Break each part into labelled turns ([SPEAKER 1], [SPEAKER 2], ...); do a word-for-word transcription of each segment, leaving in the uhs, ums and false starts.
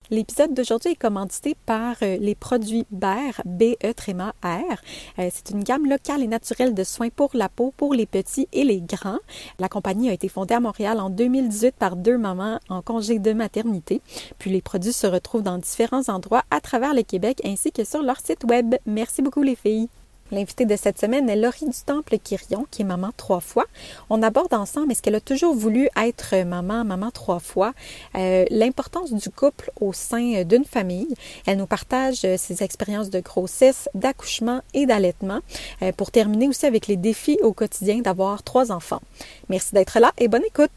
[SPEAKER 1] L'épisode d'aujourd'hui est commandité par euh, les produits B E R, B E tréma R. Euh, c'est une gamme locale et naturelle de soins pour la peau pour les petits et les grands. La compagnie a été fondée à Montréal en deux mille dix-huit par deux mamans en congé de maternité. Puis les produits se retrouvent dans différents endroits à travers le Québec ainsi que sur leur site web. Merci beaucoup les filles! L'invitée de cette semaine est Laurie du Temple-Quirion, qui est maman trois fois. On aborde ensemble, est-ce qu'elle a toujours voulu être maman, maman trois fois, euh, l'importance du couple au sein d'une famille. Elle nous partage euh, ses expériences de grossesse, d'accouchement et d'allaitement, euh, pour terminer aussi avec les défis au quotidien d'avoir trois enfants. Merci d'être là et bonne écoute!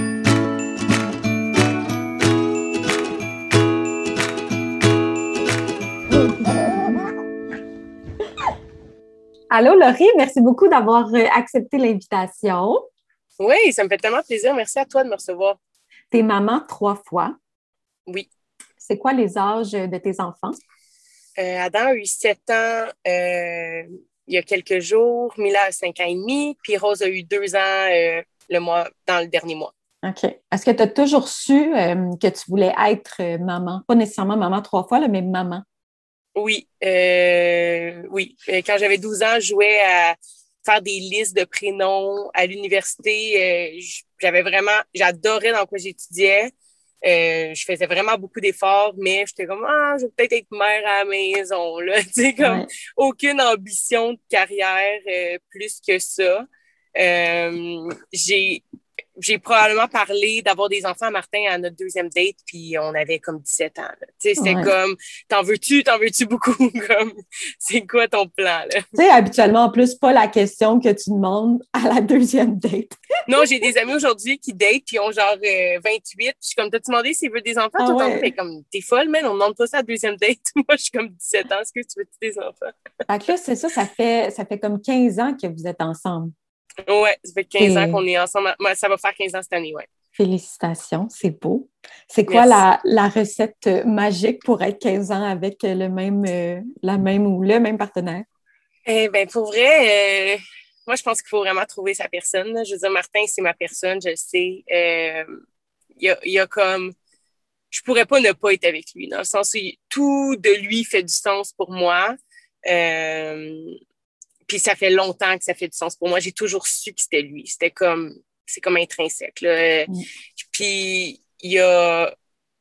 [SPEAKER 1] Allô Laurie, merci beaucoup d'avoir accepté l'invitation.
[SPEAKER 2] Oui, ça me fait tellement plaisir. Merci à toi de me recevoir.
[SPEAKER 1] T'es maman trois fois.
[SPEAKER 2] Oui.
[SPEAKER 1] C'est quoi les âges de tes enfants?
[SPEAKER 2] Euh, Adam a eu sept ans euh, il y a quelques jours. Mila a cinq ans et demi. Puis Rose a eu deux ans euh, le mois, dans le dernier mois.
[SPEAKER 1] OK. Est-ce que tu as toujours su euh, que tu voulais être maman? Pas nécessairement maman trois fois, là, mais maman.
[SPEAKER 2] Oui. Euh, oui. Quand j'avais douze ans, je jouais à faire des listes de prénoms à l'université. Euh, j'avais vraiment, j'adorais dans quoi j'étudiais. Euh, je faisais vraiment beaucoup d'efforts, mais j'étais comme, ah, je vais peut-être être mère à la maison, là. Tu sais, comme
[SPEAKER 1] Ouais.
[SPEAKER 2] aucune ambition de carrière euh, plus que ça. Euh, j'ai, j'ai probablement parlé d'avoir des enfants à Martin à notre deuxième date, puis on avait comme dix-sept ans, là. Tu sais, c'était
[SPEAKER 1] Ouais.
[SPEAKER 2] comme, t'en veux-tu, t'en veux-tu beaucoup? Comme, c'est quoi ton plan, là?
[SPEAKER 1] Tu sais, habituellement, en plus, pas la question que tu demandes à la deuxième date.
[SPEAKER 2] Non, j'ai des amis aujourd'hui qui datent puis ont genre euh, vingt-huit. Je suis comme, t'as-tu demandé s'ils veulent des enfants
[SPEAKER 1] Ah
[SPEAKER 2] tout tantôt?
[SPEAKER 1] ouais.
[SPEAKER 2] Mais comme, t'es folle, man, on demande pas ça à la deuxième date. Moi, je suis comme dix-sept ans. Est-ce que tu veux des enfants?
[SPEAKER 1] Fait que là, c'est ça, ça fait, ça fait comme quinze ans que vous êtes ensemble.
[SPEAKER 2] Ouais, ça fait quinze ans
[SPEAKER 1] Et
[SPEAKER 2] qu'on est ensemble. Ouais, ça va faire quinze ans cette année, ouais.
[SPEAKER 1] félicitations, c'est beau. C'est quoi
[SPEAKER 2] Merci.
[SPEAKER 1] la, la recette magique pour être quinze ans avec le même, euh, la même ou le même partenaire?
[SPEAKER 2] Eh ben, pour vrai, euh, moi, je pense qu'il faut vraiment trouver sa personne, là. Je veux dire, Martin, c'est ma personne, je le sais. Euh, Il y a, il y a comme, je pourrais pas ne pas être avec lui, dans le sens où il- tout de lui fait du sens pour moi. Euh, Puis ça fait longtemps que ça fait du sens pour moi. J'ai toujours su que c'était lui. C'était comme, c'est comme intrinsèque, là.
[SPEAKER 1] Mm.
[SPEAKER 2] Puis il y a,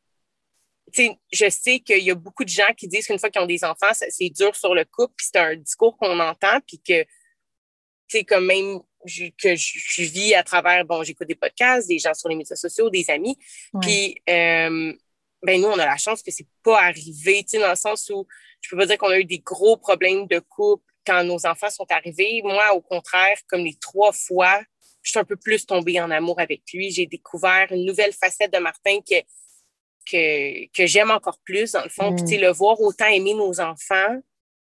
[SPEAKER 2] tu sais, je sais qu'il y a beaucoup de gens qui disent qu'une fois qu'ils ont des enfants, ça- c'est dur sur le couple. Puis c'est un discours qu'on entend, puis que, tu sais, comme même je- que je, je vis à travers, bon, j'écoute des podcasts, des gens sur les médias sociaux, des amis.
[SPEAKER 1] Ouais.
[SPEAKER 2] Puis, euh, ben nous, on a la chance que c'est pas arrivé, tu sais, dans le sens où je peux pas dire qu'on a eu des gros problèmes de couple quand nos enfants sont arrivés. Moi, au contraire, comme les trois fois, je suis un peu plus tombée en amour avec lui. J'ai découvert une nouvelle facette de Martin que, que, que j'aime encore plus, dans le fond. Puis, tu sais,
[SPEAKER 1] Mm.
[SPEAKER 2] le voir autant aimer nos enfants,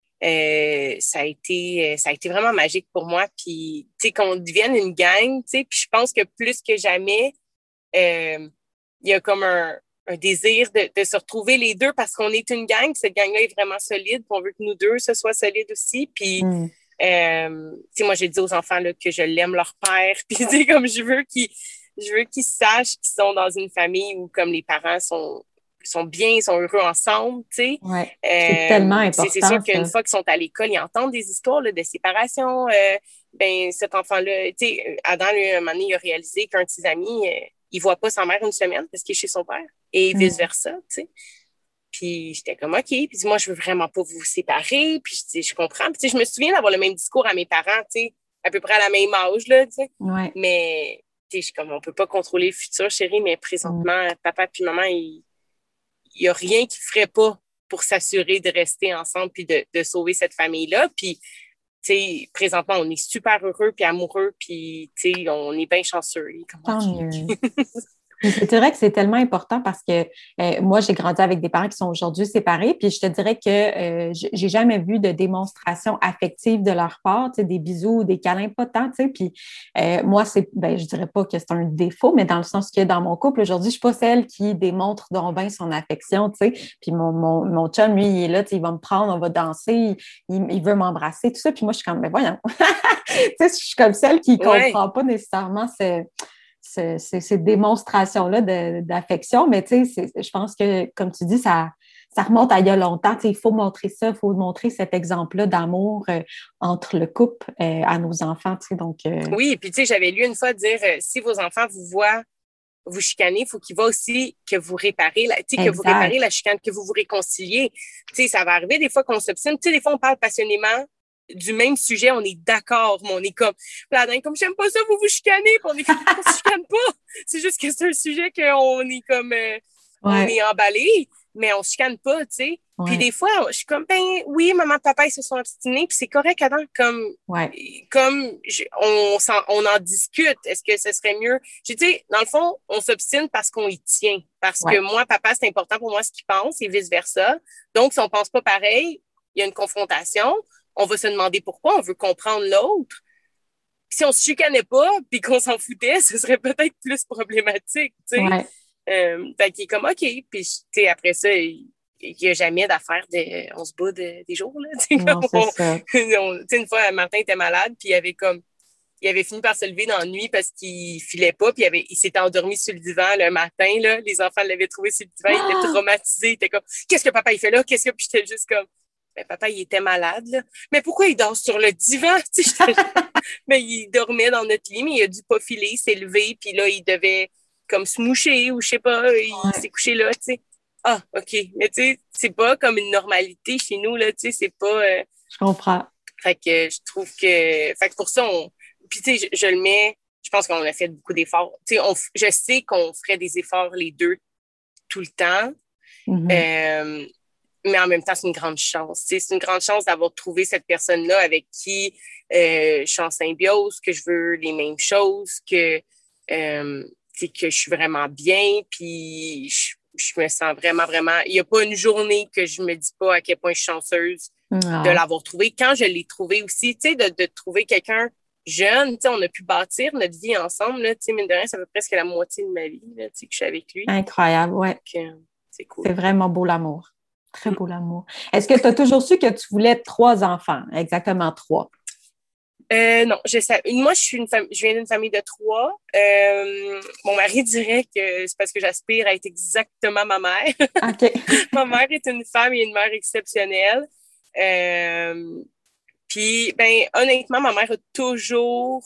[SPEAKER 2] euh, ça a été, ça a été vraiment magique pour moi. Puis, tu sais, qu'on devienne une gang, tu sais, puis je pense que plus que jamais, euh, il y a comme un, un désir de, de se retrouver les deux parce qu'on est une gang. Cette gang-là est vraiment solide. Puis on veut que nous deux, ce soit solide aussi. Puis,
[SPEAKER 1] Mm.
[SPEAKER 2] euh, tu sais, moi, j'ai dit aux enfants là, que je l'aime leur père. Puis, tu sais, comme je veux qu'ils, je veux qu'ils sachent qu'ils sont dans une famille où, comme les parents sont, sont bien, ils sont heureux ensemble, tu sais.
[SPEAKER 1] Ouais. C'est tellement
[SPEAKER 2] Euh, c'est, c'est
[SPEAKER 1] important,
[SPEAKER 2] sûr qu'une
[SPEAKER 1] ça.
[SPEAKER 2] fois qu'ils sont à l'école, ils entendent des histoires là, de séparation. Euh, ben, cet enfant-là, tu sais, Adam, lui, un moment donné, il a réalisé qu'un de ses amis, euh, il voit pas sa mère une semaine parce qu'il est chez son père et
[SPEAKER 1] Mm.
[SPEAKER 2] vice-versa, tu sais. Puis j'étais comme, OK. Puis moi, je veux vraiment pas vous séparer. Puis je dis, je comprends. Puis tu sais, je me souviens d'avoir le même discours à mes parents, tu sais, à peu près à la même âge, là, tu sais.
[SPEAKER 1] Ouais.
[SPEAKER 2] Mais, tu sais, je suis comme, on peut pas contrôler le futur, chérie, mais
[SPEAKER 1] Mm.
[SPEAKER 2] présentement, papa puis maman, il y a rien qu'ils feraient pas pour s'assurer de rester ensemble puis de, de sauver cette famille-là. Puis, tu sais, présentement, on est super heureux puis amoureux puis, tu sais, on est bien chanceux. Comme,
[SPEAKER 1] Tant
[SPEAKER 2] OK.
[SPEAKER 1] mieux. Puis c'est vrai que c'est tellement important parce que euh, moi, j'ai grandi avec des parents qui sont aujourd'hui séparés, puis je te dirais que euh, j- j'ai jamais vu de démonstration affective de leur part, tu sais, des bisous, des câlins, pas tant, tu sais. Puis euh, moi, c'est, ben, je dirais pas que c'est un défaut, mais dans le sens que dans mon couple aujourd'hui, je suis pas celle qui démontre donc bien son affection, tu sais. Puis mon, mon, mon chum, lui, il est là, tu sais, il va me prendre, on va danser, il, il veut m'embrasser, tout ça. Puis moi, je suis comme, mais voyons, tu sais, je suis comme celle qui
[SPEAKER 2] Ouais.
[SPEAKER 1] comprend pas nécessairement ce ce- ce- ces démonstrations-là de- d'affection. Mais tu sais, c'est- je pense que, comme tu dis, ça, ça remonte à il y a longtemps. Tu sais, il faut montrer ça, il faut montrer cet exemple-là d'amour euh, entre le couple euh, à nos enfants. Tu sais, donc, euh,
[SPEAKER 2] Oui, puis tu sais, j'avais lu une fois dire euh, si vos enfants vous voient vous chicaner, il faut qu'il voit aussi que vous réparez la, tu sais, que vous réparez
[SPEAKER 1] exact.
[SPEAKER 2] la chicane, que vous vous réconciliez. Tu sais, ça va arriver des fois qu'on s'obstine. Tu sais, des fois, on parle passionnément du même sujet, on est d'accord, mais on est comme, là, comme j'aime pas ça, vous vous chicanez, puis on est comme, on se chicane pas. C'est juste que c'est un sujet qu'on est comme, euh, on
[SPEAKER 1] Ouais,
[SPEAKER 2] est emballé, mais on se chicane pas, tu sais. Puis
[SPEAKER 1] ouais,
[SPEAKER 2] des fois, je suis comme, ben oui, maman, papa, ils se sont obstinés, puis c'est correct, Adam, comme,
[SPEAKER 1] ouais,
[SPEAKER 2] comme je- on, s'en- on en discute. Est-ce que ce serait mieux? Je dis, dans le fond, on s'obstine parce qu'on y tient. Parce que
[SPEAKER 1] ouais,
[SPEAKER 2] moi, papa, c'est important pour moi ce qu'il pense et vice-versa. Donc, si on pense pas pareil, il y a une confrontation. On va se demander pourquoi. On veut comprendre l'autre. Si on se chicanait pas puis qu'on s'en foutait, ce serait peut-être plus problématique, tu sais.
[SPEAKER 1] ouais.
[SPEAKER 2] Euh, fait qu'il est comme, OK. Puis, tu sais, après ça, il n'y a jamais d'affaire de on se bat de- des jours, là. Tu sais,
[SPEAKER 1] Non,
[SPEAKER 2] comme
[SPEAKER 1] c'est
[SPEAKER 2] on,
[SPEAKER 1] ça.
[SPEAKER 2] on- tu sais, une fois, Martin était malade, puis il avait comme, il avait fini par se lever dans la nuit parce qu'il filait pas, puis il, avait, il s'était endormi sur le divan le matin, là. Les enfants l'avaient trouvé sur le divan, il était
[SPEAKER 1] Ah!
[SPEAKER 2] traumatisé, il était comme, qu'est-ce que papa, il fait là? Qu'est-ce que, puis j'étais juste comme, mais papa, il était malade, là. Mais pourquoi il dort sur le divan? Tu sais, j'étais mais il dormait dans notre lit, mais il a dû pas filer, il s'est levé, puis là, il devait comme se moucher ou je sais pas, il
[SPEAKER 1] Ouais,
[SPEAKER 2] s'est couché là, tu sais. Ah, OK. Mais tu sais, c'est pas comme une normalité chez nous, là, tu sais, c'est pas... euh,
[SPEAKER 1] je comprends.
[SPEAKER 2] Fait que je trouve que... Fait que pour ça, on... Puis tu sais, je, je le mets... Je pense qu'on a fait beaucoup d'efforts. Tu sais, on... je sais qu'on ferait des efforts les deux tout le temps.
[SPEAKER 1] Mhm.
[SPEAKER 2] Euh, mais en même temps, c'est une grande chance. Tu sais, c'est une grande chance d'avoir trouvé cette personne-là avec qui euh, je suis en symbiose, que je veux les mêmes choses, que, euh, tu sais, que je suis vraiment bien, puis je, je me sens vraiment, vraiment... Il n'y a pas une journée que je me dis pas à quel point je suis chanceuse de
[SPEAKER 1] Ah,
[SPEAKER 2] l'avoir trouvé. Quand je l'ai trouvé aussi, tu sais, de, de trouver quelqu'un jeune, tu sais, on a pu bâtir notre vie ensemble, là, tu sais, mine de rien, ça fait presque la moitié de ma vie, là, tu sais, que je suis avec lui.
[SPEAKER 1] incroyable, ouais.
[SPEAKER 2] Donc, euh, c'est
[SPEAKER 1] C'est
[SPEAKER 2] cool.
[SPEAKER 1] vraiment beau l'amour. Très beau l'amour. Est-ce que tu as toujours su que tu voulais trois enfants? Exactement trois.
[SPEAKER 2] Euh, non, je sais. Moi, je suis une fam- je viens d'une famille de trois. Euh, mon mari dirait que c'est parce que j'aspire à être exactement ma mère.
[SPEAKER 1] OK.
[SPEAKER 2] Ma mère est une femme et une mère exceptionnelle. Euh, Puis, ben, honnêtement, ma mère a toujours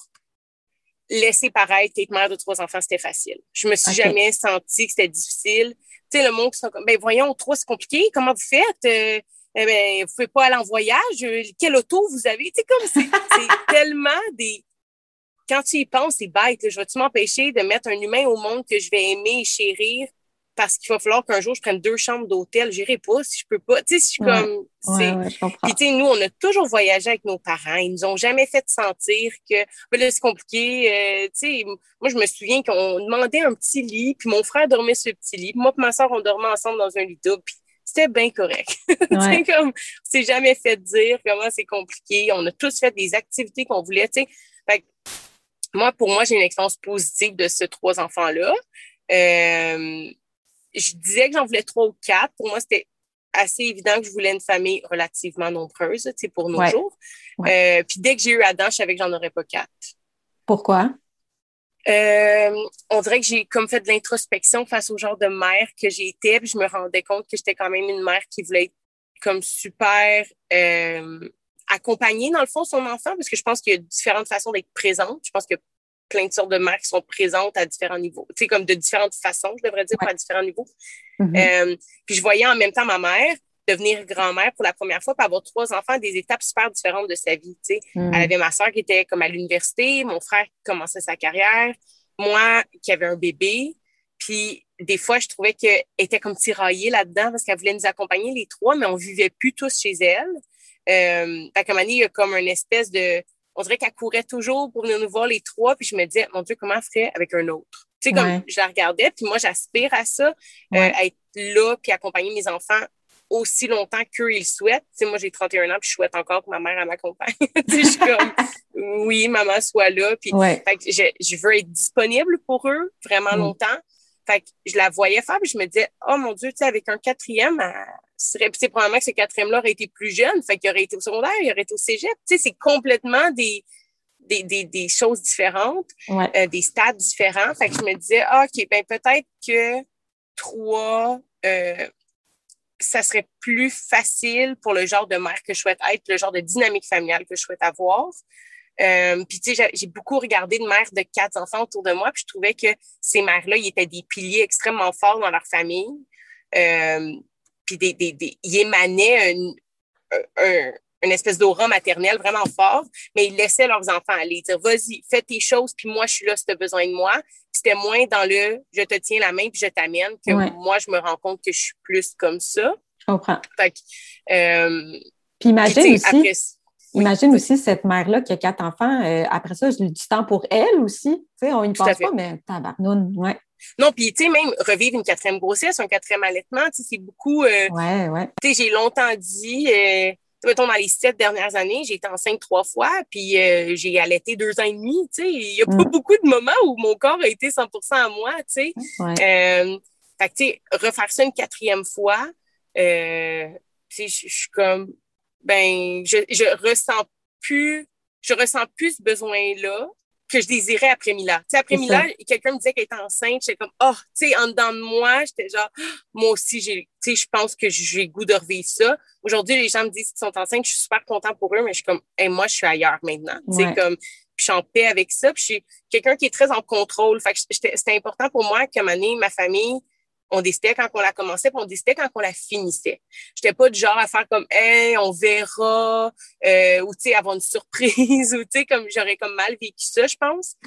[SPEAKER 2] laissé paraître qu'être mère de trois enfants, c'était facile. Je me suis
[SPEAKER 1] OK.
[SPEAKER 2] jamais sentie que c'était difficile. Tu sais, le monde qui sont comme, ben, voyons, trois, c'est compliqué. Comment vous faites? Euh, eh ben, vous pouvez pas aller en voyage. Euh, Quelle auto vous avez? Tu sais, comme c'est, c'est tellement des, quand tu y penses, c'est bête. Là. Je vais-tu m'empêcher de mettre un humain au monde que je vais aimer et chérir parce qu'il va falloir qu'un jour je prenne deux chambres d'hôtel? J'irai pas si je peux pas. Tu sais, je suis
[SPEAKER 1] Ouais.
[SPEAKER 2] comme,
[SPEAKER 1] Ouais,
[SPEAKER 2] c'est.
[SPEAKER 1] ouais, je
[SPEAKER 2] Puis,
[SPEAKER 1] comprends.
[SPEAKER 2] tu sais, nous, on a toujours voyagé avec nos parents. Ils nous ont jamais fait sentir que, ben là, c'est compliqué. Euh, tu sais, moi, je me souviens qu'on demandait un petit lit, puis mon frère dormait sur le petit lit. Puis moi et ma soeur, on dormait ensemble dans un lit double. Puis c'était bien correct. Tu sais,
[SPEAKER 1] Ouais.
[SPEAKER 2] comme, c'est jamais fait dire comment c'est compliqué. On a tous fait des activités qu'on voulait, tu sais. Fait que moi, pour moi, j'ai une expérience positive de ces trois enfants-là. Euh, je disais que j'en voulais trois ou quatre. Pour moi, c'était assez évident que je voulais une famille relativement nombreuse, tu sais, pour nos
[SPEAKER 1] Ouais.
[SPEAKER 2] jours.
[SPEAKER 1] Ouais.
[SPEAKER 2] Euh, puis dès que j'ai eu Adam, je savais que j'en aurais pas quatre.
[SPEAKER 1] Pourquoi?
[SPEAKER 2] Euh, on dirait que j'ai comme fait de l'introspection face au genre de mère que j'ai été, puis je me rendais compte que j'étais quand même une mère qui voulait être comme super euh, accompagner dans le fond son enfant, parce que je pense qu'il y a différentes façons d'être présente. Je pense qu'il y a plein de sortes de mères qui sont présentes à différents niveaux, tu sais, comme de différentes façons, je devrais dire,
[SPEAKER 1] Ouais.
[SPEAKER 2] à différents niveaux.
[SPEAKER 1] Mhm.
[SPEAKER 2] Euh, puis je voyais en même temps ma mère devenir grand-mère pour la première fois, puis avoir trois enfants à des étapes super différentes de sa vie. Tu sais. Elle
[SPEAKER 1] Mm.
[SPEAKER 2] avait ma soeur qui était comme à l'université, mon frère qui commençait sa carrière, moi qui avait un bébé. Puis des fois, je trouvais qu'elle était comme tiraillée là-dedans parce qu'elle voulait nous accompagner les trois, mais on vivait plus tous chez elle. Euh, fait qu'à un moment donné, il y a comme une espèce de... On dirait qu'elle courait toujours pour venir nous voir les trois, puis je me disais, mon Dieu, comment elle ferait avec un autre? Tu sais, comme
[SPEAKER 1] Ouais.
[SPEAKER 2] je la regardais, puis moi, j'aspire à ça, euh,
[SPEAKER 1] Ouais.
[SPEAKER 2] à être là, puis accompagner mes enfants aussi longtemps qu'eux, ils le souhaitent. Tu sais, moi, j'ai trente et un ans, puis je souhaite encore que ma mère, elle m'accompagne. Tu sais, je suis comme, oui, maman soit là. Puis,
[SPEAKER 1] Ouais.
[SPEAKER 2] fait que je, je veux être disponible pour eux vraiment
[SPEAKER 1] Mm.
[SPEAKER 2] longtemps. Fait que je la voyais faire, puis je me disais, oh mon Dieu, tu sais, avec un quatrième, elle serait, puis c'est probablement que ce quatrième-là aurait été plus jeune, fait qu'il aurait été au secondaire, il aurait été au cégep. Tu sais, c'est complètement des, des, des, des choses différentes,
[SPEAKER 1] ouais.
[SPEAKER 2] euh, des stades différents. Fait que je me disais, ah, OK, ben peut-être que trois, euh, ça serait plus facile pour le genre de mère que je souhaite être, le genre de dynamique familiale que je souhaite avoir. Euh, puis tu sais, j'ai, j'ai beaucoup regardé de mères de quatre enfants autour de moi, puis je trouvais que ces mères-là, ils étaient des piliers extrêmement forts dans leur famille. Euh, puis des, des, des, ils émanaient une, un, une espèce d'aura maternelle vraiment fort, mais ils laissaient leurs enfants aller, dire vas-y, fais tes choses, puis moi, je suis là si tu as besoin de moi. Puis c'était moins dans le je te tiens la main, puis je t'amène, que
[SPEAKER 1] ouais.
[SPEAKER 2] moi, je me rends compte que je suis plus comme ça.
[SPEAKER 1] Je comprends.
[SPEAKER 2] Fait que, euh,
[SPEAKER 1] puis imagine
[SPEAKER 2] puis,
[SPEAKER 1] aussi,
[SPEAKER 2] après, oui,
[SPEAKER 1] imagine aussi cette mère-là qui a quatre enfants, euh, après ça, j'ai du temps pour elle aussi. Tu sais, on n'y pense pas, mais tabarnoune, ouais.
[SPEAKER 2] Non, puis tu sais, même revivre une quatrième grossesse, un quatrième allaitement, tu sais, c'est beaucoup... Euh,
[SPEAKER 1] ouais, ouais.
[SPEAKER 2] Tu sais, j'ai longtemps dit, euh, mettons, dans les sept dernières années, j'ai été enceinte trois fois, puis euh, j'ai allaité deux ans et demi, tu sais. Il n'y a mm. pas beaucoup de moments où mon corps a été cent pour cent à moi, tu sais.
[SPEAKER 1] Ouais.
[SPEAKER 2] Euh, fait que, tu sais, refaire ça une quatrième fois, euh, tu sais, je suis comme, ben, je, je ressens plus, je ressens plus ce besoin-là que je désirais après Mila. Tu sais, après Mila, quelqu'un me disait qu'elle était enceinte, j'étais comme, oh, tu sais, en dedans de moi, j'étais genre, moi aussi, j'ai, tu sais, je pense que j'ai le goût de revivre ça. Aujourd'hui, les gens me disent qu'ils sont enceintes, je suis super content pour eux, mais je suis comme, hey, moi, je suis ailleurs maintenant. Tu sais,
[SPEAKER 1] ouais.
[SPEAKER 2] comme, puis je suis en paix avec ça, puis je suis quelqu'un qui est très en contrôle. Fait que c'était important pour moi qu'à un moment donné, ma famille, on décidait quand on la commençait, puis on décidait quand on la finissait. J'étais pas du genre à faire comme, hey, on verra, euh, ou tu sais, avoir une surprise, ou tu sais, comme j'aurais comme mal vécu ça, je pense.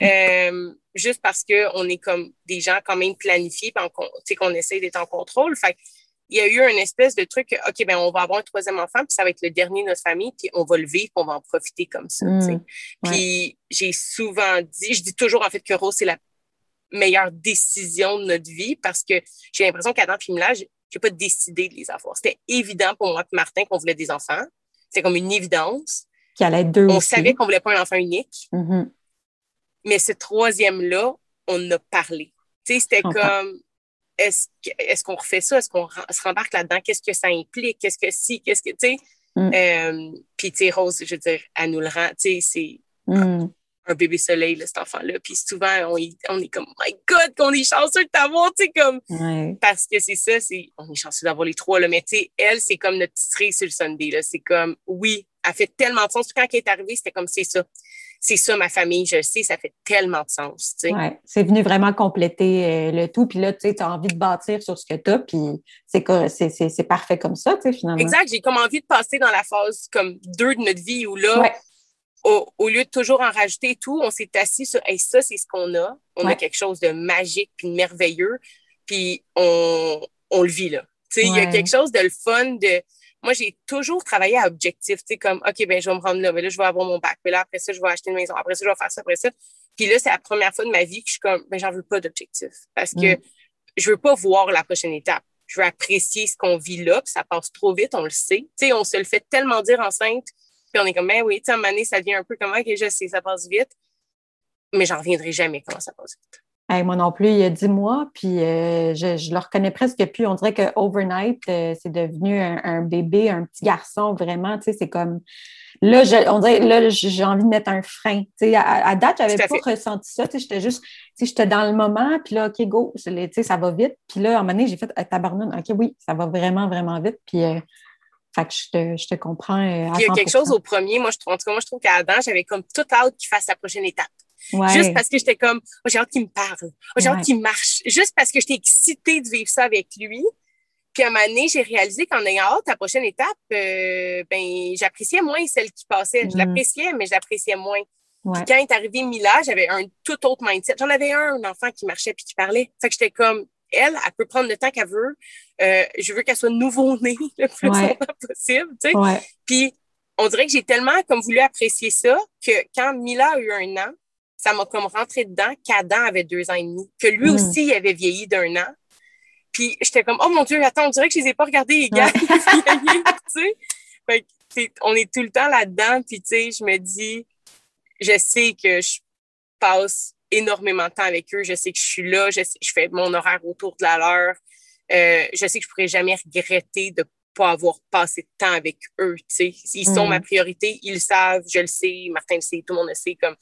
[SPEAKER 2] euh, juste parce que on est comme des gens quand même planifiés, puis tu sais, qu'on essaie d'être en contrôle. Fait il y a eu une espèce de truc, OK, ben on va avoir un troisième enfant, puis ça va être le dernier de notre famille, puis on va le vivre, puis on va en profiter comme ça, mmh, tu sais. Puis ouais. J'ai souvent dit, je dis toujours en fait que Rose, c'est la meilleure décision de notre vie parce que j'ai l'impression qu'Adam et Mila, j'ai, j'ai pas décidé de les avoir. C'était évident pour moi et Martin qu'on voulait des enfants. C'était comme une évidence.
[SPEAKER 1] Qu'il allait être deux
[SPEAKER 2] on
[SPEAKER 1] aussi.
[SPEAKER 2] savait qu'on voulait pas un enfant unique.
[SPEAKER 1] Mm-hmm.
[SPEAKER 2] Mais ce troisième-là, on en a parlé. Tu sais, c'était comme, est-ce, est-ce qu'on refait ça? Est-ce qu'on se rembarque là-dedans? Qu'est-ce que ça implique? Qu'est-ce que si? Qu'est-ce que, tu sais? Mm. Euh, Puis, tu sais, Rose, je veux dire, elle nous le rend. Tu sais, c'est... Mm. un bébé soleil, là, cet enfant-là. Puis souvent, on est, on est comme, my God, qu'on est chanceux de t'avoir, tu sais, comme,
[SPEAKER 1] ouais.
[SPEAKER 2] Parce que c'est ça, c'est, on est chanceux d'avoir les trois, là, mais tu sais, elle, c'est comme notre petite cerise sur le sundae, là. C'est comme, oui, elle fait tellement de sens. Quand elle est arrivée, c'était comme, c'est ça. C'est ça, ma famille, je le sais, ça fait tellement de sens, tu sais.
[SPEAKER 1] Ouais, c'est venu vraiment compléter euh, le tout. Puis là, tu sais, tu as envie de bâtir sur ce que tu as, puis c'est, c'est, c'est, c'est parfait comme ça, tu sais, finalement.
[SPEAKER 2] Exact, j'ai comme envie de passer dans la phase comme deux de notre vie où là,
[SPEAKER 1] ouais.
[SPEAKER 2] Au, au lieu de toujours en rajouter et tout, on s'est assis sur hey, ça, c'est ce qu'on a. On ouais. a quelque chose de magique puis de merveilleux. Puis on, on le vit là. Tu sais, il ouais. y a quelque chose de le fun de. Moi, j'ai toujours travaillé à objectif. Tu sais, comme OK, ben je vais me rendre là, mais là, je vais avoir mon bac. Mais là, après ça, je vais acheter une maison. Après ça, je vais faire ça, après ça. Puis là, c'est la première fois de ma vie que je suis comme ben j'en veux pas d'objectif. Parce que mm. je veux pas voir la prochaine étape. Je veux apprécier ce qu'on vit là, puis ça passe trop vite, on le sait. Tu sais, on se le fait tellement dire enceinte. Puis on est comme, ben oui, tu sais, à un moment donné, ça devient un peu comme, OK, je sais, ça passe vite, mais j'en reviendrai jamais comment ça passe vite.
[SPEAKER 1] Hey, moi non plus, il y a dix mois, puis euh, je, je le reconnais presque plus. On dirait que overnight, euh, c'est devenu un, un bébé, un petit garçon, vraiment, tu sais, c'est comme... Là, je, on dirait, là, j'ai envie de mettre un frein. Tu sais, à, à date, j'avais pas fait. ressenti ça, tu sais, j'étais juste, tu sais, j'étais dans le moment, puis là, OK, go, tu sais, ça va vite. Puis là, à un moment donné, j'ai fait, hey, tabarnoune, OK, oui, ça va vraiment, vraiment vite, puis... Euh, Fait que je te, je te comprends à
[SPEAKER 2] Puis il y a quelque chose au premier, moi, je trouve, en tout cas, moi, je trouve qu'à Adam, j'avais comme tout hâte qu'il fasse la prochaine étape. Ouais. Juste parce que j'étais comme, oh, j'ai hâte qu'il me parle. Oh, j'ai ouais. hâte qu'il marche. Juste parce que j'étais excitée de vivre ça avec lui. Puis à un moment donné, j'ai réalisé qu'en ayant hâte, la prochaine étape, euh, ben, j'appréciais moins celle qui passait. Mm. Je l'appréciais, mais je l'appréciais moins. Ouais. Puis quand est arrivé Mila, j'avais un tout autre mindset. J'en avais un, un enfant qui marchait puis qui parlait. Fait que j'étais comme, elle, elle peut prendre le temps qu'elle veut. Euh, je veux qu'elle soit nouveau-née le plus ouais. longtemps possible, tu sais.
[SPEAKER 1] Ouais.
[SPEAKER 2] Puis, on dirait que j'ai tellement comme voulu apprécier ça que quand Mila a eu un an, ça m'a comme rentré dedans qu'Adam avait deux ans et demi, que lui mm. aussi, il avait vieilli d'un an. Puis, j'étais comme, oh mon Dieu, attends, on dirait que je les ai pas regardés les gars. Ouais. tu sais. Fait que, on est tout le temps là-dedans. Puis, tu sais, je me dis, je sais que je passe énormément de temps avec eux. Je sais que je suis là. Je, sais, je fais mon horaire autour de la leur. Euh, je sais que je pourrais jamais regretter de pas avoir passé de temps avec eux, tu sais. Ils sont mm. ma priorité, ils le savent, je le sais, Martin le sait, tout le monde le sait, comme...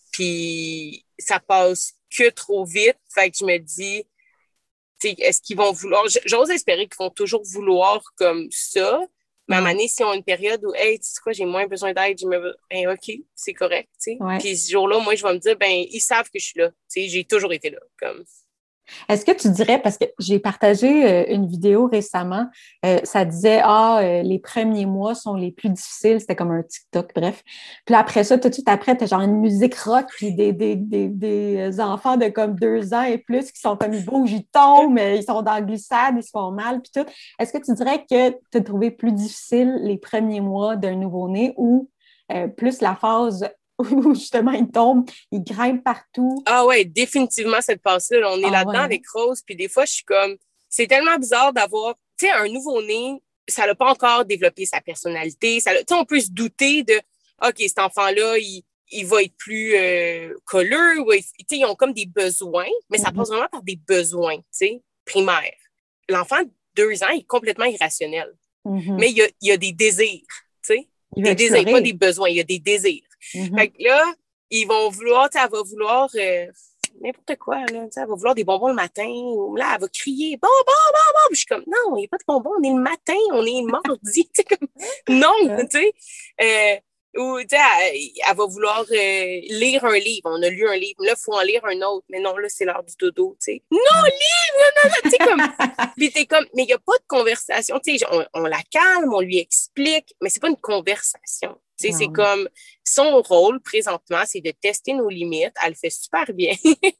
[SPEAKER 2] Puis ça passe que trop vite, fait que je me dis, tu sais, est-ce qu'ils vont vouloir... J'ose espérer qu'ils vont toujours vouloir comme ça, mais à un moment donné, s'ils ont une période où, hey, tu sais quoi, j'ai moins besoin d'aide, je me ben, OK, c'est correct, tu sais. Ouais. Puis ce jour-là, moi, je vais me dire, ben, ils savent que je suis là, tu sais, j'ai toujours été là, comme...
[SPEAKER 1] Est-ce que tu dirais, parce que j'ai partagé euh, une vidéo récemment, euh, ça disait, ah, euh, les premiers mois sont les plus difficiles, c'était comme un TikTok, bref. Puis après ça, tout de suite après, t'as genre une musique rock, puis des, des, des, des enfants de comme deux ans et plus qui sont comme ils bougent, ils tombent, ils sont dans la glissade, ils se font mal, puis tout. Est-ce que tu dirais que tu as trouvé plus difficile les premiers mois d'un nouveau-né ou euh, plus la phase où justement il tombe, il grimpe partout?
[SPEAKER 2] Ah ouais, définitivement cette passe-là. On est ah là-dedans ouais. avec Rose, puis des fois, je suis comme... C'est tellement bizarre d'avoir... Tu sais, un nouveau-né, ça n'a pas encore développé sa personnalité. Tu sais, on peut se douter de... OK, cet enfant-là, il, il va être plus euh, colleux. Tu sais, ils ont comme des besoins, mais ça mm-hmm. passe vraiment par des besoins, tu sais, primaires. L'enfant de deux ans est complètement irrationnel. Mm-hmm. Mais il y a, il y a des désirs, tu sais. Des désirs, pas des besoins, il y a des désirs. Mm-hmm. Fait que là, ils vont vouloir, tu sais, elle va vouloir euh, n'importe quoi, là, tu sais, elle va vouloir des bonbons le matin, ou là, elle va crier « bon, bon, bon, bon », puis je suis comme « non, il n'y a pas de bonbons, on est le matin, on est mardi », tu sais, comme « non », tu sais, euh, ou, tu sais, elle, elle va vouloir euh, lire un livre, on a lu un livre, là, il faut en lire un autre, mais non, là, c'est l'heure du dodo, tu sais, « non, livre, non, non, non », tu sais, comme, puis t'es comme, mais il n'y a pas de conversation, tu sais, on, on la calme, on lui explique, mais c'est pas une conversation. C'est, c'est comme son rôle présentement, c'est de tester nos limites. Elle le fait super bien.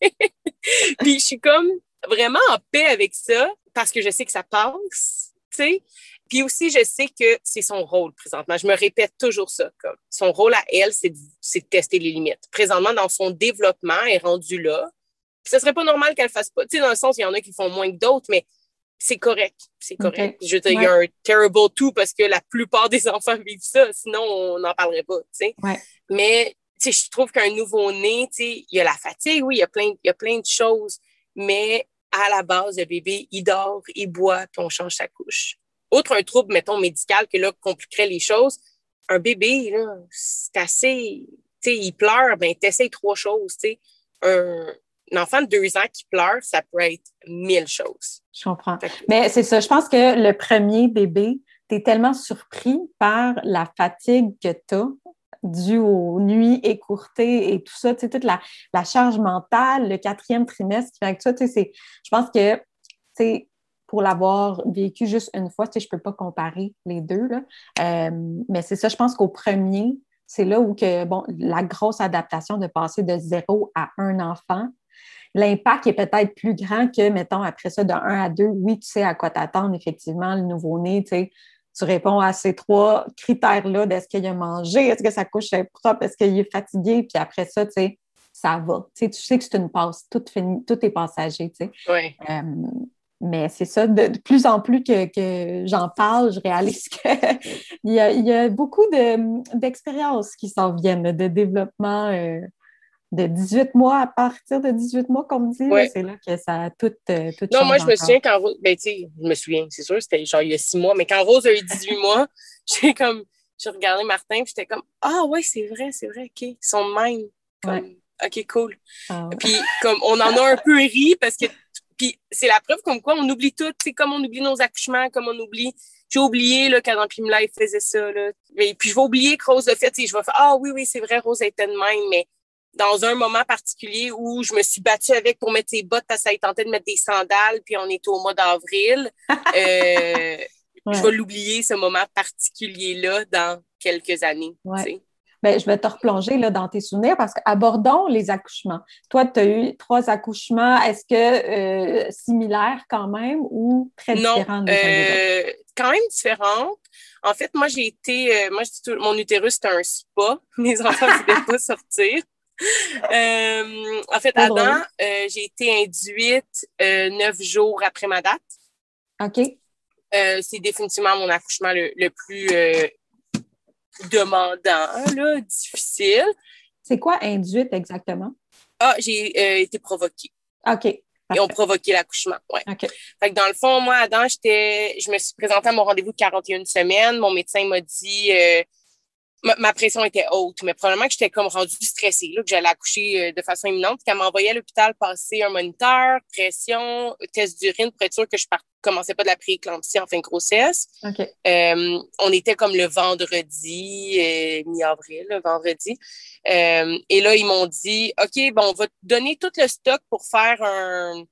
[SPEAKER 2] Puis je suis comme vraiment en paix avec ça parce que je sais que ça passe, tu sais. Puis aussi, je sais que c'est son rôle présentement. Je me répète toujours ça. Comme son rôle à elle, c'est de, c'est de tester les limites. Présentement, dans son développement, elle est rendue là. Puis ce serait pas normal qu'elle le fasse pas. Tu sais, dans le sens, il y en a qui font moins que d'autres, mais c'est correct, c'est correct. Okay. Je veux dire, il ouais. y a un terrible two parce que la plupart des enfants vivent ça, sinon on n'en parlerait pas, tu sais.
[SPEAKER 1] Ouais.
[SPEAKER 2] Mais, tu sais, je trouve qu'un nouveau-né, tu sais, il y a la fatigue, oui, il y a plein, il y a plein de choses, mais à la base, le bébé, il dort, il boit, puis on change sa couche. Autre un trouble, mettons, médical, que là, compliquerait les choses, un bébé, là, c'est assez, tu sais, il pleure, ben, t'essayes trois choses, tu sais. Un... Un enfant de deux ans qui pleure, ça peut être mille choses.
[SPEAKER 1] Je comprends. Que... Mais c'est ça, je pense que le premier bébé, tu es tellement surpris par la fatigue que tu as due aux nuits écourtées et tout ça, tu sais, toute la, la charge mentale, le quatrième trimestre qui fait que ça, tu sais, c'est, je pense que, tu sais, pour l'avoir vécu juste une fois, tu sais, je peux pas comparer les deux, là. Euh, mais c'est ça, je pense qu'au premier, c'est là où que, bon, la grosse adaptation de passer de zéro à un enfant, l'impact est peut-être plus grand que, mettons, après ça, de un à deux, oui, tu sais à quoi t'attendre, effectivement, le nouveau-né, tu sais, tu réponds à ces trois critères-là d'est-ce qu'il a mangé, est-ce que sa couche est propre, est-ce qu'il est fatigué, puis après ça, tu sais, ça va. Tu sais, tu sais que c'est une passe, tout, fini, tout est passager, tu sais.
[SPEAKER 2] Oui.
[SPEAKER 1] Euh, mais c'est ça, de, de plus en plus que, que j'en parle, je réalise qu'il y a, il y a beaucoup de, d'expériences qui s'en viennent, de développement euh, de dix-huit mois, à partir de dix-huit mois, comme dit, ouais. là, c'est là que ça a tout, euh, tout
[SPEAKER 2] Non, moi, je
[SPEAKER 1] encore.
[SPEAKER 2] me souviens quand Rose, ben, tu sais, je me souviens, c'est sûr, c'était genre il y a six mois, mais quand Rose a eu dix-huit mois, j'ai comme, j'ai regardé Martin, puis j'étais comme, ah ouais, c'est vrai, c'est vrai, OK, ils sont de même. Comme, ouais. OK, cool. Ah ouais. Puis, comme, on en a un peu ri, parce que, puis c'est la preuve comme quoi on oublie tout, c'est comme on oublie nos accouchements, comme on oublie, j'ai oublié, là, quand Pimela, il faisait ça, là. Et puis, je vais oublier que Rose a fait, tu sais, je vais faire, ah oui, oui, c'est vrai, Rose était de même, mais dans un moment particulier où je me suis battue avec pour mettre ses bottes parce qu'elle tentait de mettre des sandales, puis on est au mois d'avril. euh, ouais. Je vais l'oublier, ce moment particulier-là, dans quelques années.
[SPEAKER 1] Ouais. Bien, je vais te replonger là, dans tes souvenirs parce qu'abordons les accouchements. Toi, tu as eu trois accouchements. Est-ce que euh, similaires quand même ou très différents des uns des autres?
[SPEAKER 2] Quand même différentes. En fait, moi, j'ai été... Euh, moi, je dis, mon utérus, c'était un spa. Mes enfants ne pouvaient pas sortir. Euh, en fait, Adam, euh, j'ai été induite euh, neuf jours après ma date.
[SPEAKER 1] OK.
[SPEAKER 2] Euh, c'est définitivement mon accouchement le, le plus euh, demandant, là, difficile.
[SPEAKER 1] C'est quoi induite exactement?
[SPEAKER 2] Ah, j'ai euh, été provoquée.
[SPEAKER 1] OK.
[SPEAKER 2] Ils ont provoqué l'accouchement, ouais.
[SPEAKER 1] Okay.
[SPEAKER 2] Fait que dans le fond, moi, Adam, j'étais, je me suis présentée à mon rendez-vous de quarante et une semaines. Mon médecin m'a dit, euh, ma, ma pression était haute, mais probablement que j'étais comme rendue stressée, là, que j'allais accoucher euh, de façon imminente. Puis qu'elle m'envoyait à l'hôpital passer un moniteur, pression, test d'urine pour être sûre que je ne commençais pas de la prééclampsie en fin de grossesse.
[SPEAKER 1] Okay.
[SPEAKER 2] Euh, on était comme le vendredi, euh, mi-avril, le vendredi. Euh, et là, ils m'ont dit, OK, bon, on va te donner tout le stock pour faire un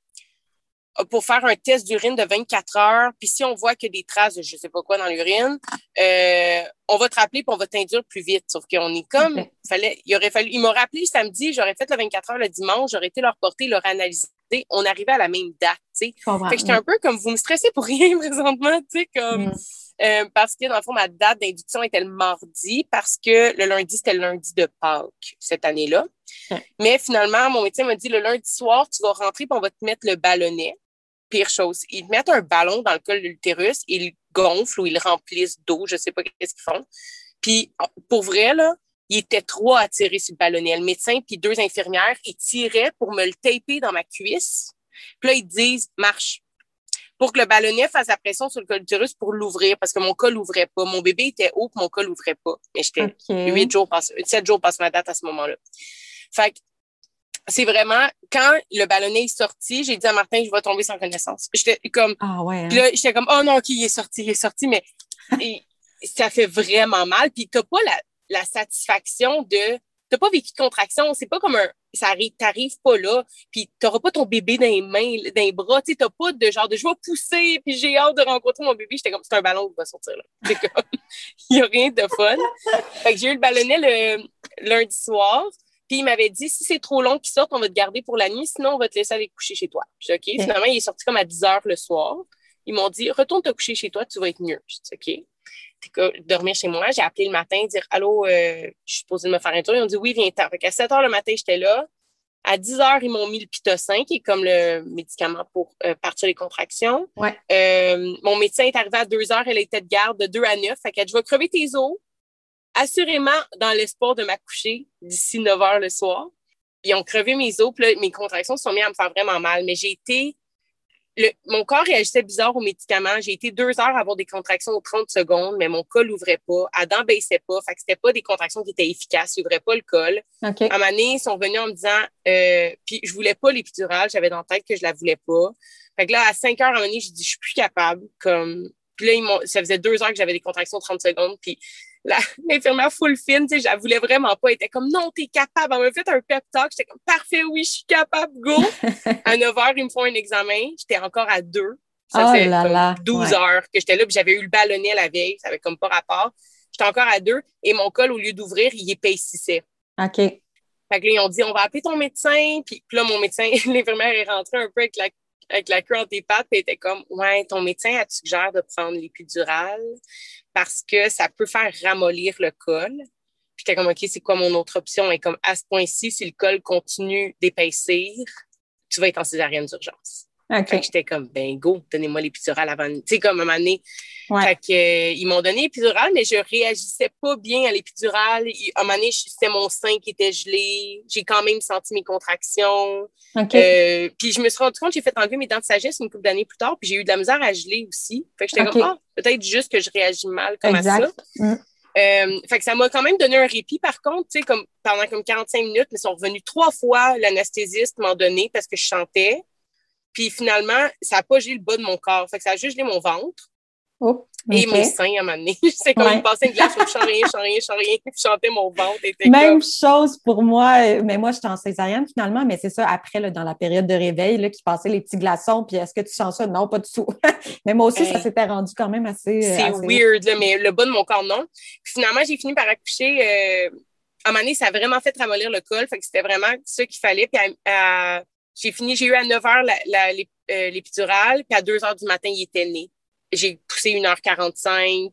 [SPEAKER 2] pour faire un test d'urine de vingt-quatre heures. Puis si on voit qu'il y a des traces de je sais pas quoi dans l'urine, euh, on va te rappeler puis on va t'induire plus vite. Sauf qu'on est comme, okay. fallait, il aurait fallu, ils m'ont rappelé samedi, j'aurais fait le vingt-quatre heures le dimanche, j'aurais été leur porter, leur analyser. On arrivait à la même date, tu sais. Fait que j'étais un peu comme, vous me stressez pour rien présentement, tu sais, comme... Mm. Euh, parce que, dans le fond, ma date d'induction était le mardi parce que le lundi, c'était le lundi de Pâques cette année-là. Okay. Mais finalement, mon médecin m'a dit, le lundi soir, tu vas rentrer puis on va te mettre le ballonnet. Pire chose, ils te mettent un ballon dans le col de l'utérus, ils le gonflent ou ils le remplissent d'eau, je sais pas qu'est-ce qu'ils font. Puis, pour vrai, là, il était trois à tirer sur le ballonnet. Le médecin puis deux infirmières, ils tiraient pour me le taper dans ma cuisse. Puis là, ils disent, marche. Pour que le ballonnet fasse la pression sur le col de l'utérus pour l'ouvrir, parce que mon col l'ouvrait pas. Mon bébé était haut, puis mon col l'ouvrait pas. Mais j'étais huit okay. jours, passe, sept jours passe ma date à ce moment-là. Fait que c'est vraiment, quand le ballonnet est sorti, j'ai dit à Martin, je vais tomber sans connaissance. J'étais comme,
[SPEAKER 1] ah ouais, hein?
[SPEAKER 2] Puis là, j'étais comme, oh non, OK, il est sorti, il est sorti, mais et, ça fait vraiment mal. Puis t'as pas la, la satisfaction de, t'as pas vécu de contraction. C'est pas comme un, ça arrive, t'arrives pas là, puis t'auras pas ton bébé dans les mains, dans les bras, tu sais, t'as pas de genre de, je vais pousser, puis j'ai hâte de rencontrer mon bébé. J'étais comme, c'est un ballon qui va sortir là. C'est comme, il y a rien de fun. Fait que j'ai eu le ballonnet le lundi soir. Puis il m'avait dit, si c'est trop long qu'il sorte, on va te garder pour la nuit, sinon on va te laisser aller coucher chez toi. Je dis, OK. Finalement, il est sorti comme à dix heures le soir. Ils m'ont dit, retourne te coucher chez toi, tu vas être mieux. Je dis, OK. T'es dormir chez moi. J'ai appelé le matin, dire, allô, euh, je suis supposée de me faire un tour. Ils ont dit, oui, viens-t'en. Fait qu'à sept heures le matin, j'étais là. À dix heures, ils m'ont mis le Pitocin, qui est comme le médicament pour euh, partir les contractions.
[SPEAKER 1] Ouais.
[SPEAKER 2] Euh, mon médecin est arrivé à deux heures, elle était de garde de deux à neuf. Fait qu'elle dit, je vais crever tes os. Assurément dans l'espoir de m'accoucher d'ici neuf heures le soir. Ils ont crevé mes os, puis là, mes contractions se sont mises à me faire vraiment mal. Mais j'ai été... Le, mon corps réagissait bizarre aux médicaments. J'ai été deux heures à avoir des contractions aux trente secondes, mais mon col n'ouvrait pas. Adam baissait pas. Fait que c'était pas des contractions qui étaient efficaces. Il n'ouvrait pas le col.
[SPEAKER 1] Okay.
[SPEAKER 2] À un moment donné, ils sont venus en me disant... Euh, puis je voulais pas l'épidurale. J'avais dans la tête que je la voulais pas. Fait que là, à cinq heures, à un moment donné, j'ai dit, je suis plus capable. Comme... Puis là, ils m'ont, ça faisait deux heures que j'avais des contractions aux trente secondes. Puis la, l'infirmière full fine, tu sais, je la voulais vraiment pas. Elle était comme, non, t'es capable. Elle m'a fait un pep talk. J'étais comme, parfait, oui, je suis capable, go. À neuf heures, ils me font un examen. J'étais encore à deux. Ça
[SPEAKER 1] oh
[SPEAKER 2] faisait
[SPEAKER 1] là
[SPEAKER 2] comme
[SPEAKER 1] là.
[SPEAKER 2] douze
[SPEAKER 1] ouais.
[SPEAKER 2] heures que j'étais là. Puis j'avais eu le ballonnet la veille. Ça avait comme pas rapport. J'étais encore à deux. Et mon col, au lieu d'ouvrir, il épaississait.
[SPEAKER 1] OK.
[SPEAKER 2] Fait que là, ils ont dit, on va appeler ton médecin. Puis, puis là, mon médecin, l'infirmière est rentrée un peu avec la avec la queue entre tes pattes, puis elle était comme, ouais, ton médecin a-tu suggéré de prendre l'épidurale parce que ça peut faire ramollir le col. Puis j'étais comme, OK, c'est quoi mon autre option? Et comme, à ce point-ci, si le col continue d'épaissir, tu vas être en césarienne d'urgence.
[SPEAKER 1] Okay.
[SPEAKER 2] Fait que j'étais comme, ben go, donnez-moi l'épidurale avant. Tu sais, comme à un moment donné.
[SPEAKER 1] Ouais.
[SPEAKER 2] Fait que, euh, ils m'ont donné l'épidurale, mais je réagissais pas bien à l'épidurale. À un moment donné, c'était mon sein qui était gelé. J'ai quand même senti mes contractions.
[SPEAKER 1] Okay.
[SPEAKER 2] Euh, puis je me suis rendu compte, j'ai fait enlever mes dents de sagesse une couple d'années plus tard, puis j'ai eu de la misère à geler aussi. Fait que j'étais
[SPEAKER 1] okay.
[SPEAKER 2] comme, ah, peut-être juste que je réagis mal comme
[SPEAKER 1] exact.
[SPEAKER 2] à ça.
[SPEAKER 1] Mm.
[SPEAKER 2] Euh, fait que ça m'a quand même donné un répit, par contre, tu sais, comme pendant comme quarante-cinq minutes, mais ils sont revenus trois fois, l'anesthésiste m'a donné parce que je chantais. Puis finalement, ça n'a pas gelé le bas de mon corps. Fait que ça a juste gelé mon ventre.
[SPEAKER 1] Oh, okay.
[SPEAKER 2] Et mes seins, à un moment donné. C'est comme, ouais. il passait une glace, je chantais rien, je chantais rien, je chantais rien. Puis je chantais mon ventre. Était
[SPEAKER 1] Même
[SPEAKER 2] comme...
[SPEAKER 1] chose pour moi. Mais moi, j'étais en césarienne finalement. Mais c'est ça, après, là, dans la période de réveil, là, qui passait les petits glaçons. Puis est-ce que tu sens ça? Non, pas du tout. Mais moi aussi, hey. ça s'était rendu quand même assez...
[SPEAKER 2] C'est
[SPEAKER 1] assez...
[SPEAKER 2] weird, là, mais le bas de mon corps, non. Puis finalement, j'ai fini par accoucher... Euh... À un moment donné, ça a vraiment fait ramollir le col. Fait que c'était vraiment ça qu'il fallait. Puis à, à... j'ai fini, j'ai eu à neuf heures la, la, l'épidurale. Puis à deux heures du matin, il était né. J'ai poussé une heure quarante-cinq.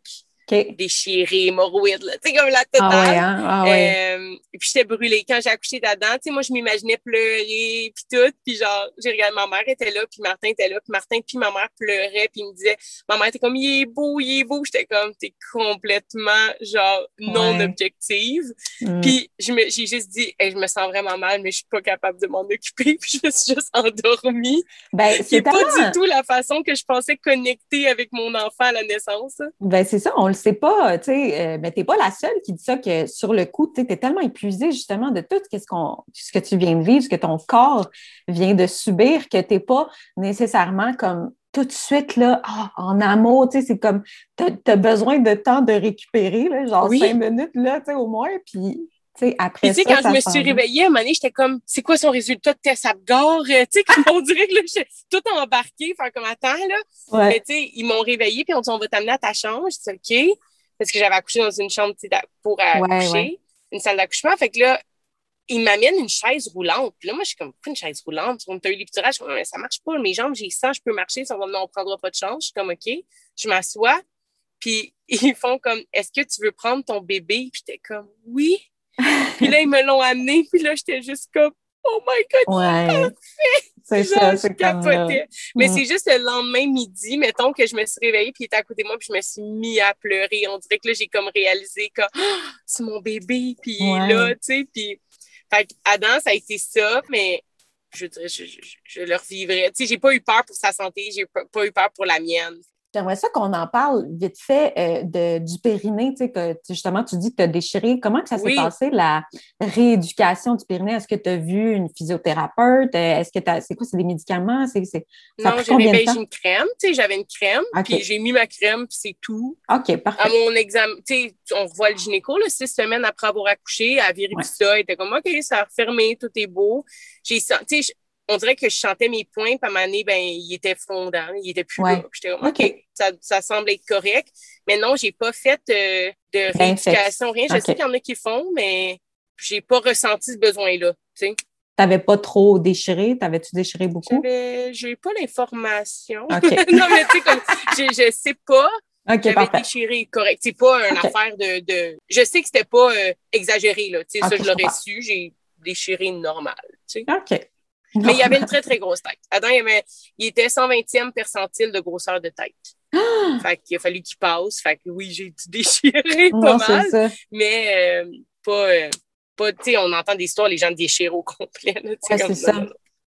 [SPEAKER 1] Okay.
[SPEAKER 2] déchirée, hémorroïde, là, tu sais, comme la totale.
[SPEAKER 1] Ah ouais, hein? Ah ouais.
[SPEAKER 2] Euh, et puis, j'étais brûlée. Quand j'ai accouché là-dedans, tu sais, moi, je m'imaginais pleurer, puis tout. Puis genre, j'ai regardé, ma mère était là, puis Martin était là, puis Martin puis ma mère pleuraient, puis il me disait, ma mère était comme, il est beau, il est beau. J'étais comme, t'es complètement, genre, non
[SPEAKER 1] Ouais.
[SPEAKER 2] objective.
[SPEAKER 1] Mm.
[SPEAKER 2] Puis, je me, j'ai juste dit, hey, je me sens vraiment mal, mais je suis pas capable de m'en occuper. Puis, je me suis juste endormie.
[SPEAKER 1] Ben,
[SPEAKER 2] Qui
[SPEAKER 1] c'est
[SPEAKER 2] est pas du
[SPEAKER 1] tellement...
[SPEAKER 2] tout la façon que je pensais connecter avec mon enfant à la naissance.
[SPEAKER 1] Ben, c'est ça, on le sait pas, tu sais, euh, mais t'es pas la seule qui dit ça, que sur le coup, tu es tellement épuisée, justement, de tout ce, qu'on, ce que tu viens de vivre, ce que ton corps vient de subir, que t'es pas nécessairement comme tout de suite, là, ah, en amour, tu sais, c'est comme, t'as, t'as besoin de temps de récupérer, là, genre
[SPEAKER 2] Oui.
[SPEAKER 1] cinq minutes, là, tu sais, au moins, puis... Tu sais, après
[SPEAKER 2] Puis, tu sais,
[SPEAKER 1] ça,
[SPEAKER 2] quand je
[SPEAKER 1] ça
[SPEAKER 2] me
[SPEAKER 1] s'en
[SPEAKER 2] suis
[SPEAKER 1] va.
[SPEAKER 2] réveillée, à un moment donné, j'étais comme, c'est quoi son résultat de test Apgar? Euh, tu sais, comme on dirait que là, j'étais tout embarquée, faire comme, attends, là.
[SPEAKER 1] Ouais.
[SPEAKER 2] Mais tu sais, ils m'ont réveillée, puis on dit, on va t'amener à ta chambre. Je dis, OK. Parce que j'avais accouché dans une chambre, tu sais, pour
[SPEAKER 1] Ouais,
[SPEAKER 2] accoucher,
[SPEAKER 1] ouais.
[SPEAKER 2] une salle d'accouchement. Fait que là, ils m'amènent une chaise roulante. Puis là, moi, je suis comme, pourquoi une chaise roulante? On t'a eu l'épidurale. Je suis comme, mais ça marche pas. Mes jambes, j'ai ça, je peux marcher. Ça va, non, on prendra pas de chance. Je suis comme, OK. Je m'assois. Puis ils font comme, est-ce que tu veux prendre ton bébé? Puis j'étais comme, oui. Puis là, ils me l'ont amené. Puis là, j'étais juste comme, oh my God,
[SPEAKER 1] Ouais. C'est
[SPEAKER 2] genre,
[SPEAKER 1] ça,
[SPEAKER 2] je
[SPEAKER 1] c'est comme là.
[SPEAKER 2] capotais. Mais
[SPEAKER 1] Mm.
[SPEAKER 2] c'est juste le lendemain midi, mettons que je me suis réveillée, puis il était à côté de moi, puis je me suis mis à pleurer. On dirait que là, j'ai comme réalisé que oh, c'est mon bébé, puis il est là,
[SPEAKER 1] Ouais.
[SPEAKER 2] tu sais. Puis, fait Adam, ça a été ça, mais je dirais, je, je, je le revivrais. Tu sais, j'ai pas eu peur pour sa santé, j'ai pas, pas eu peur pour la mienne.
[SPEAKER 1] J'aimerais ça qu'on en parle vite fait euh, de, du périnée, tu sais, que justement, tu dis que tu as déchiré. Comment que ça s'est
[SPEAKER 2] Oui.
[SPEAKER 1] passé, la rééducation du périnée? Est-ce que tu as vu une physiothérapeute? Est-ce que tu as, c'est quoi, c'est des médicaments? C'est, c'est, ça a
[SPEAKER 2] Non,
[SPEAKER 1] pris
[SPEAKER 2] j'avais
[SPEAKER 1] combien de
[SPEAKER 2] ben,
[SPEAKER 1] temps?
[SPEAKER 2] j'ai une crème, tu sais, j'avais une crème, puis
[SPEAKER 1] OK.
[SPEAKER 2] j'ai mis ma crème, puis c'est tout.
[SPEAKER 1] OK,
[SPEAKER 2] À
[SPEAKER 1] parfait.
[SPEAKER 2] mon examen, tu sais, on revoit le gynéco, là, six semaines après avoir accouché, à vérifier
[SPEAKER 1] Ouais.
[SPEAKER 2] ça, il était comme, OK, ça a refermé, tout est beau. J'ai senti, tu sais, on dirait que je sentais mes poings, puis à un moment donné, ben, il était fondant, il était plus
[SPEAKER 1] Ouais.
[SPEAKER 2] là. J'étais comme, OK,
[SPEAKER 1] OK.
[SPEAKER 2] ça, ça semble être correct. Mais non, j'ai pas fait euh, de rééducation, rien. Je
[SPEAKER 1] OK.
[SPEAKER 2] sais qu'il y en a qui le font, mais j'ai pas ressenti ce besoin-là, tu sais.
[SPEAKER 1] T'avais pas trop déchiré? T'avais-tu déchiré beaucoup?
[SPEAKER 2] J'avais, j'ai pas l'information.
[SPEAKER 1] OK.
[SPEAKER 2] Non, mais tu sais, comme, je, je sais pas.
[SPEAKER 1] OK,
[SPEAKER 2] J'avais
[SPEAKER 1] parfait.
[SPEAKER 2] déchiré, correct. C'est pas une
[SPEAKER 1] OK.
[SPEAKER 2] affaire de, de... Je sais que c'était pas euh, exagéré, là. Tu sais,
[SPEAKER 1] OK,
[SPEAKER 2] ça, je
[SPEAKER 1] je
[SPEAKER 2] l'aurais
[SPEAKER 1] comprends.
[SPEAKER 2] su. J'ai déchiré normal, tu sais.
[SPEAKER 1] OK.
[SPEAKER 2] Mais il y avait une très, très grosse tête. Adam, il, avait, il était cent vingtième percentile de grosseur de tête. Fait qu'il a fallu qu'il passe. Fait que oui, j'ai dû déchirer pas
[SPEAKER 1] Non, c'est
[SPEAKER 2] mal.
[SPEAKER 1] ça.
[SPEAKER 2] Mais euh, pas... Euh, pas tu sais, on entend des histoires, les gens déchirent au complet, là. Tu sais,
[SPEAKER 1] Ouais,
[SPEAKER 2] comme
[SPEAKER 1] c'est ça.
[SPEAKER 2] non, non, non.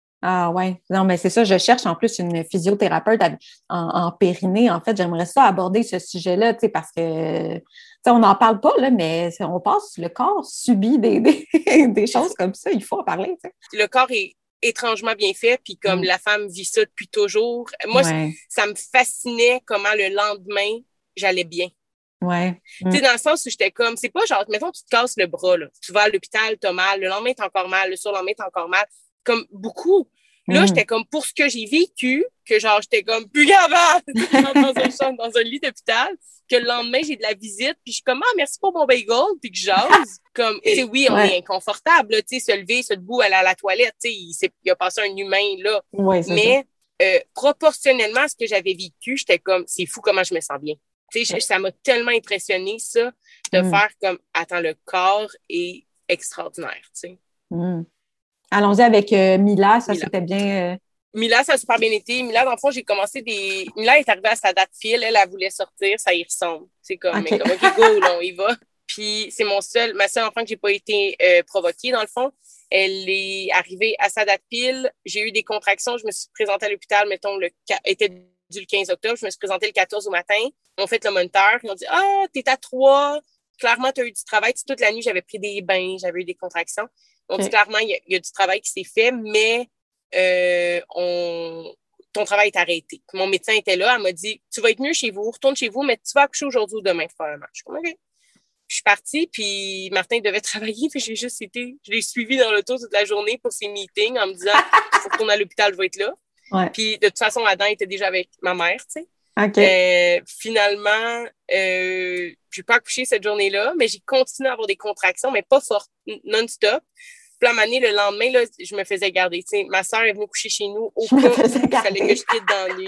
[SPEAKER 1] Ah ouais, non, mais c'est ça, je cherche en plus une physiothérapeute en, en périnée. En fait, j'aimerais ça aborder ce sujet-là, tu sais, parce que, tu sais, on n'en parle pas, là, mais on passe, le corps subit des, des, des choses comme ça, il faut en parler, tu sais.
[SPEAKER 2] Le corps est étrangement bien fait, puis comme
[SPEAKER 1] Mm.
[SPEAKER 2] la femme vit ça depuis toujours. Moi,
[SPEAKER 1] Ouais,
[SPEAKER 2] ça me fascinait comment le lendemain, j'allais bien.
[SPEAKER 1] ouais. Mm.
[SPEAKER 2] Tu sais, dans le sens où j'étais comme, c'est pas genre, mettons, tu te casses le bras, là. Tu vas à l'hôpital, t'as mal, le lendemain, t'as encore mal, le surlendemain, t'as encore mal. Comme beaucoup. Là,
[SPEAKER 1] Mm.
[SPEAKER 2] j'étais comme, pour ce que j'ai vécu, que genre, j'étais comme, plus capable, dans un champ, dans un lit d'hôpital, que le lendemain, j'ai de la visite, puis je suis comme, ah, merci pour mon bagel, puis que je jase. Comme, tu sais, oui, on
[SPEAKER 1] Ouais.
[SPEAKER 2] est inconfortable, là, tu sais, se lever, se debout, aller à la toilette, tu sais, il, s'est- il a passé un humain, là.
[SPEAKER 1] Ouais, c'est ça.
[SPEAKER 2] Mais, euh, proportionnellement à ce que j'avais vécu, j'étais comme, c'est fou comment je me sens bien. Tu sais, je- ça m'a tellement impressionné, ça, de
[SPEAKER 1] Mm.
[SPEAKER 2] faire comme, attends, le corps est extraordinaire, tu sais.
[SPEAKER 1] Mm. Allons-y avec euh, Mila, ça
[SPEAKER 2] Mila.
[SPEAKER 1] c'était bien. euh,
[SPEAKER 2] Mila, ça a super bien été. Mila, dans le fond, j'ai commencé des. Mila est arrivée à sa date file. Elle, elle voulait sortir. Ça y ressemble. C'est comme,
[SPEAKER 1] OK.
[SPEAKER 2] mais comme, OK, go, là, on y va. Puis, c'est mon seul, ma seule enfant que j'ai pas été euh, provoquée, dans le fond. Elle est arrivée à sa date pile. J'ai eu des contractions. Je me suis présentée à l'hôpital, mettons, le était dû le quinze octobre. Je me suis présentée le quatorze au matin. Ils ont fait le moniteur. Ils ont dit, ah, t'es à trois. Clairement, t'as eu du travail. Tu sais, toute la nuit, j'avais pris des bains, j'avais eu des contractions. Ils ont dit,
[SPEAKER 1] OK.
[SPEAKER 2] clairement, il y, a, il y a du travail qui s'est fait, mais euh, on, ton travail est arrêté. Puis mon médecin était là, elle m'a dit, tu vas être mieux chez vous, retourne chez vous, mais tu vas accoucher aujourd'hui ou demain, probablement. Je suis comme, OK. Je suis partie, puis Martin devait travailler, puis j'ai juste été, je l'ai suivi dans l'auto toute la journée pour ses meetings en me disant, faut retourner à l'hôpital, je vais être là.
[SPEAKER 1] Ouais.
[SPEAKER 2] Puis de toute façon, Adam était déjà avec ma mère, tu sais.
[SPEAKER 1] OK.
[SPEAKER 2] Euh, finalement, euh, j'ai pas accouché cette journée-là, mais j'ai continué à avoir des contractions, mais pas fortes, non-stop. Puis à un moment donné, le lendemain, là, je me faisais garder. Tu sais, ma soeur est venue coucher chez nous au
[SPEAKER 1] Je me
[SPEAKER 2] cas
[SPEAKER 1] faisais
[SPEAKER 2] où il fallait
[SPEAKER 1] garder.
[SPEAKER 2] que je quitte dans la nuit.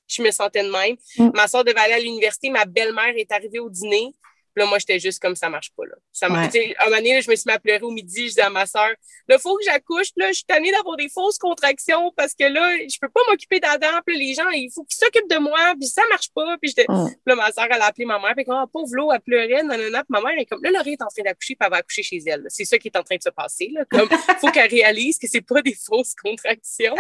[SPEAKER 2] je me sentais de même. Mm. Ma soeur devait aller à l'université, ma belle-mère est arrivée au dîner. Puis là, moi, j'étais juste comme ça marche pas, là. Ça ouais. À un moment donné, là, je me suis mis à pleurer au midi. Je disais à ma soeur, là, faut que j'accouche. Là, je suis tannée d'avoir des fausses contractions parce que là, je peux pas m'occuper d'Adam. Puis là, les gens, il faut qu'ils s'occupent de moi. Puis ça marche pas. Puis j'étais... Mm. Puis là, ma soeur, elle a appelé ma mère. Puis comme, oh, pauvre l'eau, elle pleurait. Nanana. Puis ma mère, elle est comme, là, Laurie est en train d'accoucher. Puis elle va accoucher chez elle. Là. C'est ça qui est en train de se passer, là. Comme, faut qu'elle réalise que c'est pas des fausses contractions.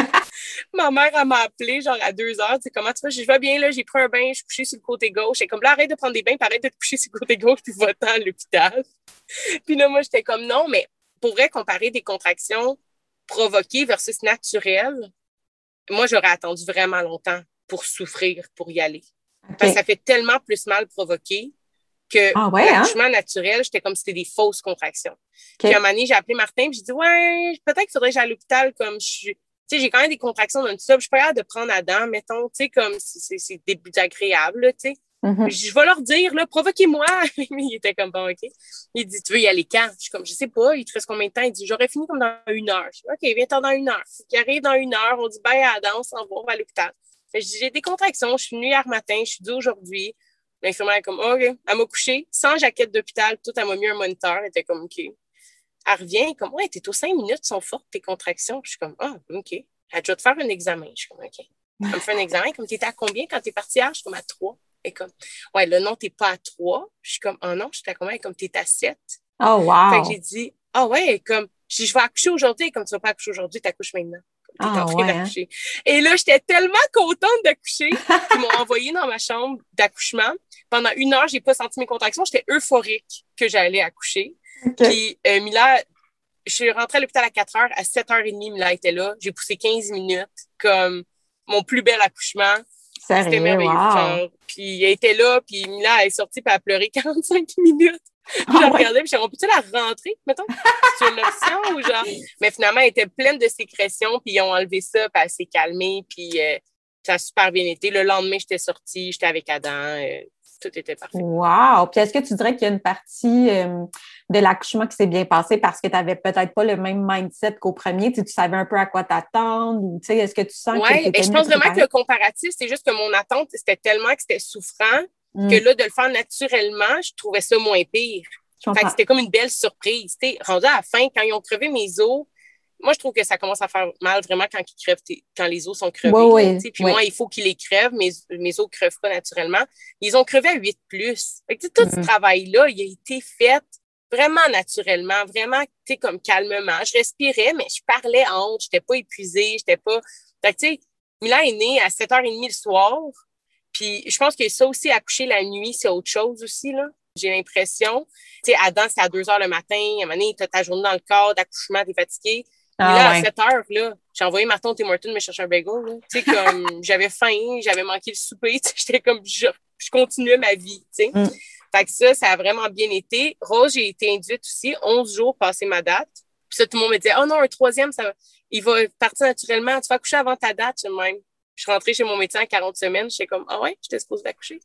[SPEAKER 2] Ma mère, elle m'a appelé, genre, à deux heures. Tu sais, comment tu vas? Je vais bien, là. J'ai pris un bain. Je suis couchée sur le côté gauche. Et comme, là, arrête de prendre des bains. Puis arrête de te coucher sur le côté gauche. Puis va-t'en à l'hôpital. Puis là, moi, j'étais comme, non, mais pour vrai, comparer des contractions provoquées versus naturelles, moi, j'aurais attendu vraiment longtemps pour souffrir, pour y aller. Okay. Parce que ça fait tellement plus mal provoqué que ah ouais, l'accouchement hein? naturel, j'étais comme si c'était des fausses contractions. Okay. Puis à un moment donné, j'ai appelé Martin, puis j'ai dit, ouais, peut-être qu'il faudrait que j'aille à l'hôpital, comme je suis, tu sais, j'ai quand même des contractions dans tout ça, puis je suis pas capable de prendre Adam, mettons, tu sais, comme c'est, c'est désagréable, tu sais. Mm-hmm. Je vais leur dire, là, provoquez-moi. Il était comme, bon, OK. Il dit, tu veux y aller quand? Je suis comme, je sais pas, il te reste combien de temps? Il dit, j'aurais fini comme dans une heure. Je dis, OK, viens-t'en dans une heure. Il arrive dans une heure, on dit, bye à Adam, on s'en va, on va à l'hôpital. Je dis, j'ai des contractions, je suis venue hier matin, je suis due aujourd'hui. L'infirmière est comme, OK. Elle m'a couché sans jaquette d'hôpital, tout, elle m'a mis un moniteur. Elle était comme, OK. Elle revient, comme, ouais, t'es aux cinq minutes, sont fortes tes contractions. Je suis comme, ah, oh, OK. Elle a déjà te faire un examen. Je suis comme, OK. Elle me fait un examen, comme, t'étais à combien quand t'es partie hier? Je suis comme, à trois. Et comme, ouais, là, non, t'es pas à trois. Je suis comme, oh non, je suis à combien? Comme, t'es à sept.
[SPEAKER 1] Oh, wow.
[SPEAKER 2] Fait que j'ai dit, ah oh, ouais, comme, je, je vais accoucher aujourd'hui. Comme tu vas pas accoucher aujourd'hui, t'accouches maintenant. Comme, t'es oh, en train ouais, d'accoucher. Hein? Et là, j'étais tellement contente d'accoucher qu'ils m'ont envoyée dans ma chambre d'accouchement. Pendant une heure, j'ai pas senti mes contractions. J'étais euphorique que j'allais accoucher. Okay. Puis, euh, Mila, je suis rentrée à l'hôpital à quatre heures. À sept heures trente, Mila était là. J'ai poussé quinze minutes. Comme, mon plus bel accouchement.
[SPEAKER 1] Sérieux?
[SPEAKER 2] C'était merveilleux.
[SPEAKER 1] Wow.
[SPEAKER 2] Genre, puis elle était là, puis Mila, elle est sortie, puis elle a pleuré quarante-cinq minutes. Puis oh, je la regardais, puis je disais, on peut-tu la rentrer, mettons? C'est une option ou genre? Mais finalement, elle était pleine de sécrétions, puis ils ont enlevé ça, puis elle s'est calmée, puis euh, ça a super bien été. Le lendemain, j'étais sortie, j'étais avec Adam, euh, tout était parfait.
[SPEAKER 1] Wow! Puis est-ce que tu dirais qu'il y a une partie euh, de l'accouchement qui s'est bien passée parce que tu n'avais peut-être pas le même mindset qu'au premier? Tu sais, tu savais un peu à quoi t'attendre? Ou, tu sais, est-ce que tu sens
[SPEAKER 2] ouais,
[SPEAKER 1] que tu
[SPEAKER 2] étais je pense vraiment préparée? Que le comparatif, c'est juste que mon attente, c'était tellement que c'était souffrant mm. que là, de le faire naturellement, je trouvais ça moins pire. Fait que c'était comme une belle surprise. Tu sais, rendu à la fin, quand ils ont crevé mes os, moi, je trouve que ça commence à faire mal vraiment quand ils crèvent, quand les os sont crevés.
[SPEAKER 1] Oui,
[SPEAKER 2] là,
[SPEAKER 1] oui,
[SPEAKER 2] puis
[SPEAKER 1] oui.
[SPEAKER 2] moi, il faut qu'ils les crèvent. Mes, mes os ne crèvent pas naturellement. Ils ont crevé à huit plus. Fait que, tout mm-hmm. ce travail-là, il a été fait vraiment naturellement, vraiment, tu sais, comme calmement. Je respirais, mais je parlais honte. Je n'étais pas épuisée. J'étais pas... Fait que, tu sais, Mila est née à sept heures trente le soir. Puis je pense que ça aussi, accoucher la nuit, c'est autre chose aussi, là. J'ai l'impression. Tu sais, Adam, c'est à deux heures le matin. À un moment donné, tu as ta journée dans le corps d'accouchement, tu es fatigué. Ah, là, ouais. À sept heures, là, j'ai envoyé Martin au Tim Hortons me chercher un bagel. Tu sais, comme j'avais faim, j'avais manqué le souper. J'étais comme, je, je continuais ma vie. Tu sais. Mm. Fait que ça, ça a vraiment bien été. Rose, j'ai été induite aussi, onze jours passé ma date. Puis ça, tout le monde me disait, oh non, un troisième, ça, il va partir naturellement. Tu vas accoucher avant ta date, même. Je suis rentrée chez mon médecin à quarante semaines. J'étais comme, ah ouais, j'étais supposée d'accoucher.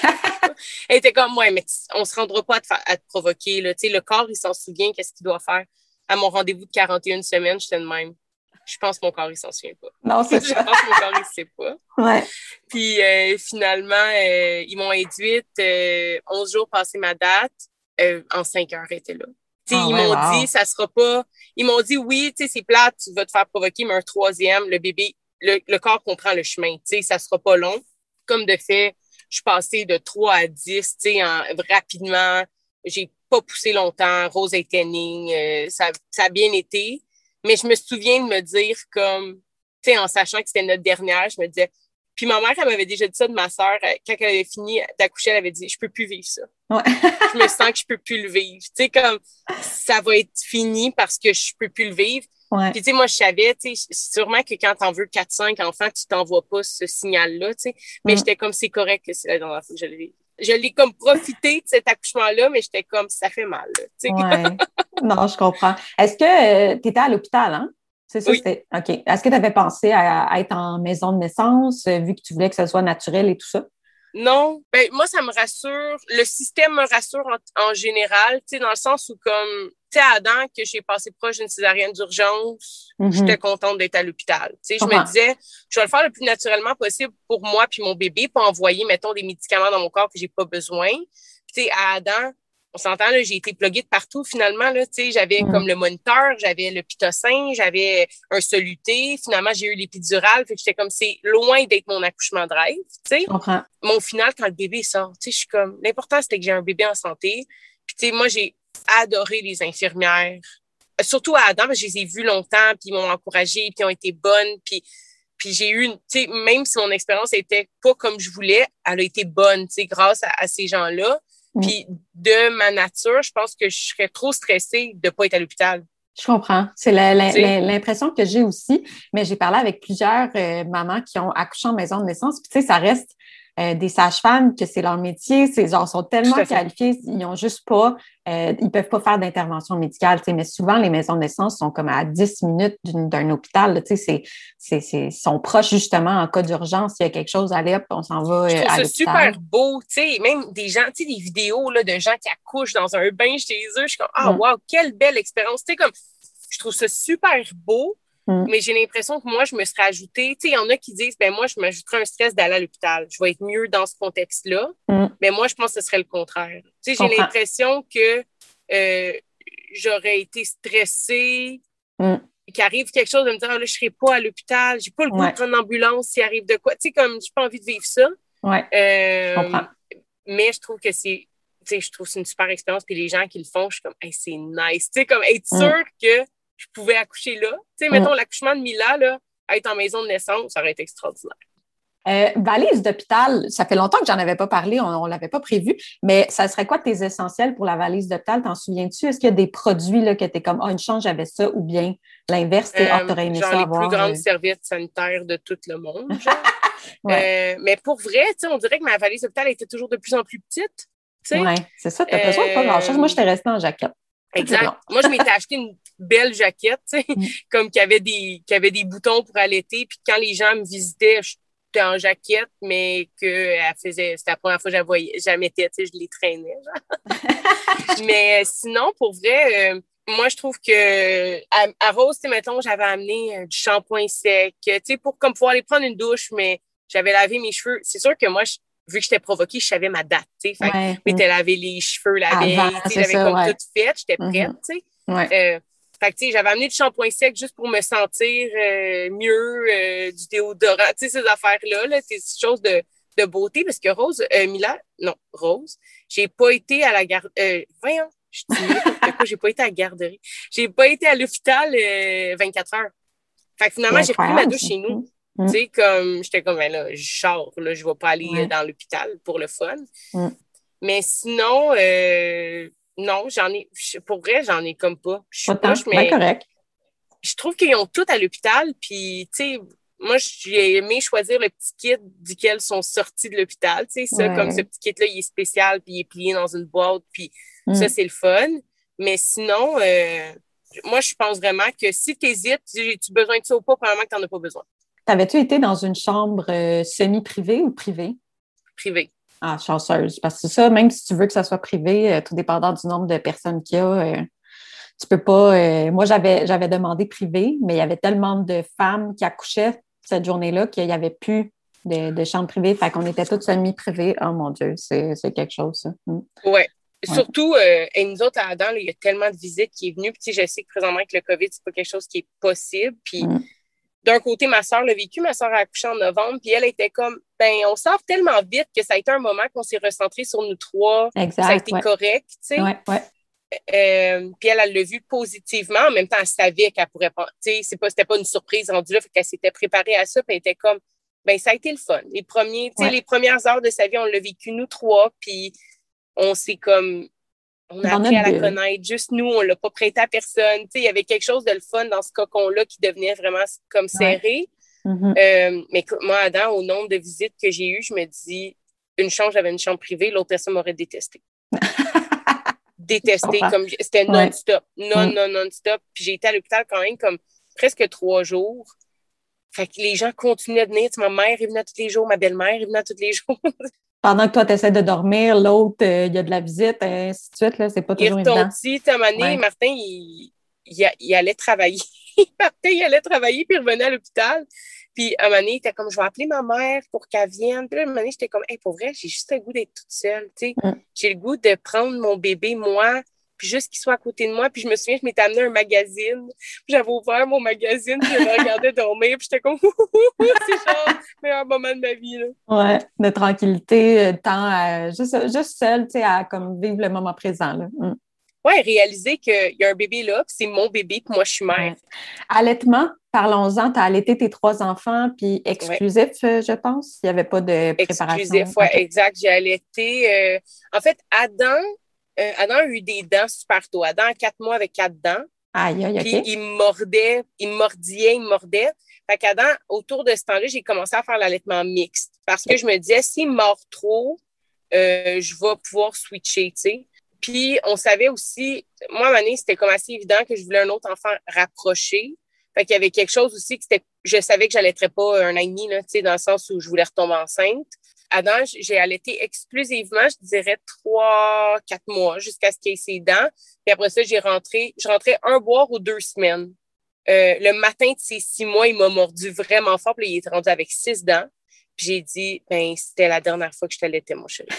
[SPEAKER 2] Elle était comme, ouais, mais on ne se rendra pas à te, à te provoquer. Là. Tu sais, le corps, il s'en souvient, qu'est-ce qu'il doit faire. À mon rendez-vous de quarante et une semaines, j'étais de même. Je pense que mon corps, il s'en souvient pas.
[SPEAKER 1] Non, c'est
[SPEAKER 2] Je pense que mon corps, il ne sait pas.
[SPEAKER 1] Ouais.
[SPEAKER 2] Puis euh, finalement, euh, ils m'ont induite euh, onze jours passé ma date. Euh, en cinq heures, elle était là. Ah, ils ouais, m'ont wow. dit, ça sera pas... Ils m'ont dit, oui, tu sais, c'est plate, tu vas te faire provoquer, mais un troisième, le bébé, le, le corps comprend le chemin. Tu sais, ça sera pas long. Comme de fait, je suis passée de trois à dix, tu sais, rapidement. J'ai pas poussé longtemps. Rose était née. Euh, ça, ça a bien été. Mais je me souviens de me dire comme, tu sais, en sachant que c'était notre dernière, je me disais... Puis ma mère, elle m'avait déjà dit ça de ma sœur. Quand elle avait fini d'accoucher, elle avait dit, je peux plus vivre ça.
[SPEAKER 1] Ouais.
[SPEAKER 2] Je me sens que je peux plus le vivre. Tu sais, comme, ça va être fini parce que je peux plus le vivre.
[SPEAKER 1] Ouais.
[SPEAKER 2] Puis, tu sais, moi, je savais, tu sais, sûrement que quand t'en veux quatre cinq enfants, tu t'envoies pas ce signal-là, tu sais. Mais mm. j'étais comme, c'est correct que c'est la dernière fois que je le vis. Je l'ai comme profité de cet accouchement-là, mais j'étais comme, ça fait mal, là, tu sais.
[SPEAKER 1] Ouais. Non, je comprends. Est-ce que euh, tu étais à l'hôpital, hein? C'est ça,
[SPEAKER 2] oui.
[SPEAKER 1] C'était... OK. Est-ce que tu avais pensé à, à être en maison de naissance, euh, vu que tu voulais que ça soit naturel et tout ça?
[SPEAKER 2] Non. Ben, moi, ça me rassure. Le système me rassure en, en général, tu sais, dans le sens où, comme, tu sais, Adam, que j'ai passé proche d'une césarienne d'urgence, mm-hmm. j'étais contente d'être à l'hôpital. Tu sais, je me disais, je vais le faire le plus naturellement possible pour moi puis mon bébé, pas envoyer, mettons, des médicaments dans mon corps que j'ai pas besoin. Tu sais, à Adam, on s'entend, là, j'ai été pluguée de partout, finalement, là, tu sais, j'avais mm-hmm. comme le moniteur, j'avais le pitocin, j'avais un soluté. Finalement, j'ai eu l'épidurale, fait que j'étais comme, c'est loin d'être mon accouchement de rêve, tu sais. Mais au final, quand le bébé sort, tu sais, je suis comme, l'important, c'était que j'ai un bébé en santé. Puis, tu sais, moi, j'ai adoré les infirmières. Surtout à Adam, parce que je les ai vues longtemps, puis ils m'ont encouragée, puis ils ont été bonnes, puis, puis j'ai eu, tu sais, même si mon expérience était pas comme je voulais, elle a été bonne, tu sais, grâce à, à ces gens-là. Mm. Puis de ma nature, je pense que je serais trop stressée de pas être à l'hôpital.
[SPEAKER 1] Je comprends. C'est la, la, la, l'impression que j'ai aussi, mais j'ai parlé avec plusieurs euh, mamans qui ont accouché en maison de naissance, puis tu sais, ça reste Euh, des sages-femmes, que c'est leur métier, ces gens sont tellement qualifiés, ils ont juste pas, euh, ils peuvent pas faire d'intervention médicale, tu sais, mais souvent les maisons de naissance sont comme à dix minutes d'une, d'un hôpital, tu sais, c'est, c'est, c'est, sont proches justement en cas d'urgence, s'il y a quelque chose, allez hop, on s'en va
[SPEAKER 2] je trouve
[SPEAKER 1] à
[SPEAKER 2] ça
[SPEAKER 1] l'hôpital.
[SPEAKER 2] Super beau, tu sais, même des gens, tu sais, des vidéos là, de gens qui accouchent dans un bain chez eux, je suis comme, ah, oh, mm. wow, quelle belle expérience, tu sais, comme, je trouve ça super beau. Mm. Mais j'ai l'impression que moi, je me serais ajoutée. Tu sais, il y en a qui disent, ben moi, je m'ajouterais un stress d'aller à l'hôpital. Je vais être mieux dans ce contexte-là. Mm. Mais moi, je pense que ce serait le contraire. Tu sais, j'ai l'impression que euh, j'aurais été stressée, mm. qu'il arrive quelque chose de me dire, ah, là, je serai pas à l'hôpital, j'ai pas le goût ouais. de prendre l'ambulance s'il arrive de quoi. Tu sais, comme, j'ai pas envie de vivre ça.
[SPEAKER 1] Ouais.
[SPEAKER 2] Euh, mais je trouve que c'est, tu sais, je trouve que c'est une super expérience. Puis les gens qui le font, je suis comme, hey, c'est nice. Tu sais, comme être mm. sûr que je pouvais accoucher là. Tu sais, mettons, mm. l'accouchement de Mila, là, être en maison de naissance, ça aurait été extraordinaire.
[SPEAKER 1] Euh, valise d'hôpital, ça fait longtemps que j'en avais pas parlé, on, on l'avait pas prévu, mais ça serait quoi tes essentiels pour la valise d'hôpital? T'en souviens-tu? Est-ce qu'il y a des produits là, que t'es comme, ah, oh, une chance, j'avais ça, ou bien l'inverse, t'es, ah, euh, oh, t'aurais aimé ça avoir?
[SPEAKER 2] Genre les plus grandes euh... serviettes sanitaires de tout le monde, genre. ouais. euh, mais pour vrai, tu sais, on dirait que ma valise d'hôpital était toujours de plus en plus petite.
[SPEAKER 1] Oui, c'est ça, t'as besoin de pas grand-chose. Moi, j'étais restée en jaquette.
[SPEAKER 2] Exact. Moi, je m'étais acheté une belle jaquette, tu sais, mm. comme qui avait des, qui avait des boutons pour allaiter. Puis quand les gens me visitaient, j'étais en jaquette, mais que elle faisait, c'était la première fois que je la voyais, je la mettais, tu sais, je les traînais, genre. Mais sinon, pour vrai, euh, moi, je trouve que à, à Rose, tu sais, mettons, j'avais amené euh, du shampoing sec, tu sais, pour comme pouvoir aller prendre une douche, mais j'avais lavé mes cheveux. C'est sûr que moi, je, vu que j'étais provoquée, je savais ma date, tu sais. Fait que ouais, je m'étais lavé les cheveux la veille, tu sais, j'avais ça, comme ouais. tout fait, j'étais prête, mm-hmm. tu sais.
[SPEAKER 1] Ouais.
[SPEAKER 2] Euh, fait que, tu sais, j'avais amené du shampoing sec juste pour me sentir euh, mieux, euh, du déodorant, tu sais, ces affaires-là, là, ces choses de, de beauté, parce que Rose, euh, Mila, non, Rose, j'ai pas été à la garde, euh, voyons, je dis pourquoi j'ai pas été à la garderie. J'ai pas été à l'hôpital euh, vingt-quatre heures. Fait que finalement, j'ai repris ma douche chez nous. Mm. Tu sais, comme, j'étais comme, ben là, je sors, là, je vais pas aller ouais. dans l'hôpital pour le fun. Mm. Mais sinon, euh, non, j'en ai, pour vrai, j'en ai comme pas. Je suis poche, mais.
[SPEAKER 1] Ben correct.
[SPEAKER 2] Je trouve qu'ils ont tout à l'hôpital, puis, tu sais, moi, j'ai aimé choisir le petit kit duquel sont sortis de l'hôpital, tu sais, ça, ouais. comme ce petit kit-là, il est spécial, puis il est plié dans une boîte, puis mm. ça, c'est le fun. Mais sinon, euh, moi, je pense vraiment que si tu hésites, as-tu besoin de ça ou pas, probablement que tu n'en as pas besoin.
[SPEAKER 1] T'avais-tu été dans une chambre euh, semi-privée ou privée?
[SPEAKER 2] Privée.
[SPEAKER 1] Ah, chanceuse. Parce que ça, même si tu veux que ça soit privé, euh, tout dépendant du nombre de personnes qu'il y a, euh, tu peux pas... Euh, moi, j'avais, j'avais demandé privé, mais il y avait tellement de femmes qui accouchaient cette journée-là qu'il n'y avait plus de, de chambre privée. Fait qu'on était toutes semi-privées. Oh mon Dieu, c'est, c'est quelque chose, ça. Mm.
[SPEAKER 2] Ouais. Ouais. Surtout, euh, et nous autres, là-dedans, il y a tellement de visites qui est venue. Puis, je sais que présentement, avec le COVID, c'est pas quelque chose qui est possible. Puis, mm. d'un côté, ma soeur l'a vécu. Ma soeur a accouché en novembre. Puis, elle était comme, ben, on sort tellement vite que ça a été un moment qu'on s'est recentré sur nous trois.
[SPEAKER 1] Exact.
[SPEAKER 2] Ça a été
[SPEAKER 1] ouais.
[SPEAKER 2] correct, tu sais.
[SPEAKER 1] Ouais, ouais.
[SPEAKER 2] Euh, puis, elle, elle l'a vu positivement. En même temps, elle savait qu'elle pourrait pas, tu sais, c'est pas, c'était pas une surprise rendue là. Fait qu'elle s'était préparée à ça. Puis, elle était comme, ben, ça a été le fun. Les premiers, tu sais, ouais. les premières heures de sa vie, on l'a vécu nous trois. Puis, on s'est comme, on a appris à la connaître. Juste nous, on l'a pas prêté à personne. Tu sais, il y avait quelque chose de le fun dans ce cocon-là qui devenait vraiment comme serré.
[SPEAKER 1] Ouais. Mm-hmm.
[SPEAKER 2] Euh, mais moi, Adam, au nombre de visites que j'ai eues, je me dis, une chance, j'avais une chambre privée, l'autre personne m'aurait détesté. détesté, comme c'était non-stop. Ouais. Non, non, non-stop. Puis j'ai été à l'hôpital quand même comme presque trois jours. Fait que les gens continuaient de venir. Tu sais, ma mère est venue tous les jours, ma belle-mère est venue tous les jours.
[SPEAKER 1] pendant que toi, tu essaies de dormir, l'autre, il euh, y a de la visite, et ainsi de suite, là, c'est pas
[SPEAKER 2] Il
[SPEAKER 1] toujours évident.
[SPEAKER 2] retentit, à un moment donné,
[SPEAKER 1] Ouais.
[SPEAKER 2] Martin, il, il, il allait travailler. Martin, il allait travailler, puis il revenait à l'hôpital. Puis, à un moment donné, il était comme, je vais appeler ma mère pour qu'elle vienne. Puis là, à un moment donné, j'étais comme, hey, pour vrai, j'ai juste le goût d'être toute seule, tu sais.
[SPEAKER 1] Mm.
[SPEAKER 2] J'ai le goût de prendre mon bébé, moi, puis juste qu'il soit à côté de moi. Puis je me souviens, je m'étais amené un magazine. Puis j'avais ouvert mon magazine, puis je le regardais dormir. Puis j'étais comme, c'est genre le meilleur moment de ma vie, là.
[SPEAKER 1] Ouais, de tranquillité, de temps à, juste, juste seul, tu sais, à comme vivre le moment présent, là. Mm.
[SPEAKER 2] Ouais, réaliser qu'il y a un bébé là, puis c'est mon bébé, puis moi, je suis mère.
[SPEAKER 1] Ouais. Allaitement, parlons-en, tu as allaité tes trois enfants, puis
[SPEAKER 2] Ouais.
[SPEAKER 1] exclusif, je pense. Il n'y avait pas de préparation.
[SPEAKER 2] Exclusif, ouais,
[SPEAKER 1] okay.
[SPEAKER 2] exact. J'ai allaité. Euh... En fait, Adam, euh, Adam a eu des dents super tôt. Adam a quatre mois avec quatre dents.
[SPEAKER 1] Aïe, aïe,
[SPEAKER 2] Puis
[SPEAKER 1] OK.
[SPEAKER 2] il mordait, il mordillait, il mordait. Fait qu'Adam, autour de ce temps-là, j'ai commencé à faire l'allaitement mixte. Parce que je me disais, s'il mord trop, euh, je vais pouvoir switcher, tu sais. Puis on savait aussi, moi, à un moment donné, c'était comme assez évident que je voulais un autre enfant rapproché. Fait qu'il y avait quelque chose aussi que c'était, je savais que j'allaiterais pas un an et demi, là, tu sais, dans le sens où je voulais retomber enceinte. Adam, j'ai allaité exclusivement, je dirais, trois, quatre mois jusqu'à ce qu'il y ait ses dents. Puis après ça, j'ai rentré, je rentrais un boire ou deux semaines. Euh, le matin de ces six mois, il m'a mordu vraiment fort. Puis il est rendu avec six dents. Puis j'ai dit, ben, c'était la dernière fois que je t'allaitais, mon chéri.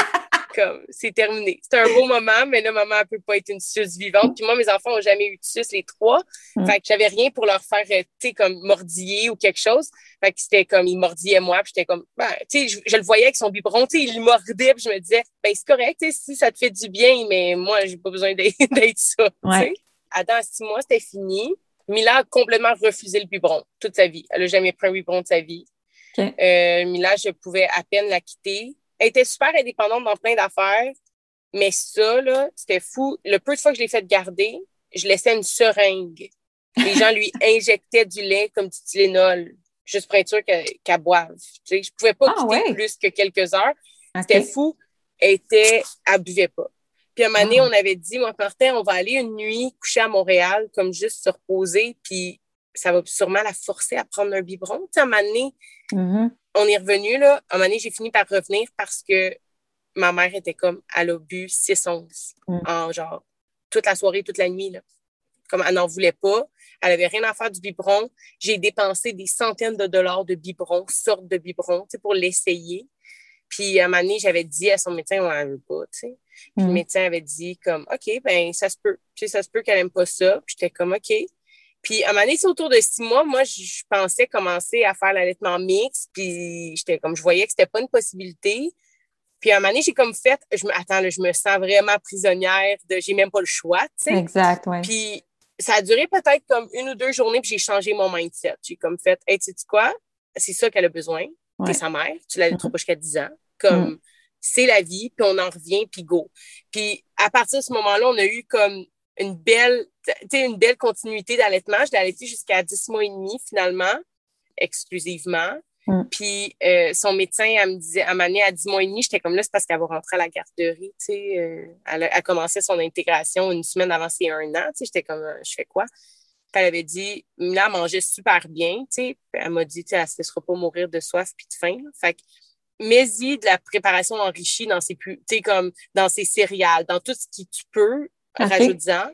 [SPEAKER 2] Comme, c'est terminé. C'était un beau moment, mais là, maman, elle peut pas être une suce vivante. Puis moi, mes enfants ont jamais eu de suce, les trois. Mm. Fait que j'avais rien pour leur faire, tu sais, comme mordiller ou quelque chose. Fait que c'était comme, ils mordillaient moi, puis j'étais comme, ben, tu sais, je, je le voyais avec son biberon, tu sais, il mordait, puis je me disais, ben, c'est correct, tu sais, si ça te fait du bien, mais moi, j'ai pas besoin d'être, d'être ça,
[SPEAKER 1] ouais.
[SPEAKER 2] tu sais. Adam, à six mois, c'était fini. Mila a complètement refusé le biberon toute sa vie. Elle a jamais pris un biberon de sa vie.
[SPEAKER 1] Okay.
[SPEAKER 2] Euh, Mila, je pouvais à peine la quitter. Elle était super indépendante dans plein d'affaires, mais ça, là, c'était fou. Le peu de fois que je l'ai fait garder, je laissais une seringue. Les gens lui injectaient du lait comme du Tylenol, juste pour être sûr qu'elle, qu'elle boive. Tu sais, je pouvais pas ah, quitter ouais. plus que quelques heures. Okay. C'était fou. Elle était, elle buvait pas. Puis à un moment donné, ah. on avait dit, moi, Martin, on va aller une nuit coucher à Montréal, comme juste se reposer, puis ça va sûrement la forcer à prendre un biberon. Tu sais, à un moment donné,
[SPEAKER 1] mm-hmm.
[SPEAKER 2] on est revenu, là. À un moment donné, j'ai fini par revenir parce que ma mère était comme, elle a bu six onces mm. en genre toute la soirée, toute la nuit, là. Comme elle n'en voulait pas. Elle avait rien à faire du biberon. J'ai dépensé des centaines de dollars de biberon, sortes de biberons, tu sais, pour l'essayer. Puis à un moment donné, j'avais dit à son médecin, on n'en veut pas, tu sais. Puis mm. le médecin avait dit comme, OK, ben ça se peut. Tu sais, ça se peut qu'elle n'aime pas ça. Puis j'étais comme, OK. Puis à un moment donné, c'est autour de six mois, moi, je pensais commencer à faire l'allaitement mixte. Puis j'étais comme, je voyais que c'était pas une possibilité. Puis à un moment donné, j'ai comme fait, je me, attends, là, je me sens vraiment prisonnière de, j'ai même pas le choix, tu sais.
[SPEAKER 1] Exact, oui.
[SPEAKER 2] Puis ça a duré peut-être comme une ou deux journées, puis j'ai changé mon mindset. J'ai comme fait, hey, tu sais quoi? C'est ça qu'elle a besoin. Ouais. T'es sa mère, tu l'allaiteras mm-hmm. pas jusqu'à dix ans. Comme, mm. c'est la vie, puis on en revient, puis go. Puis à partir de ce moment-là, on a eu comme une belle, tu sais, une belle continuité d'allaitement. Je l'ai allaité jusqu'à dix mois et demi, finalement, exclusivement. Mm. Puis euh, son médecin, elle me disait, elle m'a amené à dix mois et demi, j'étais comme là, c'est parce qu'elle va rentrer à la garderie, tu sais. Euh, elle, a, elle commençait son intégration une semaine avant ses un an, tu sais. J'étais comme, je fais quoi? Puis elle avait dit, Mila mangeait super bien, tu sais. Elle m'a dit, tu sais, elle se laissera pas mourir de soif puis de faim. Là. Fait que, mets-y de la préparation enrichie dans ses, tu sais, comme dans ses céréales, dans tout ce que tu peux, okay. rajoute-en.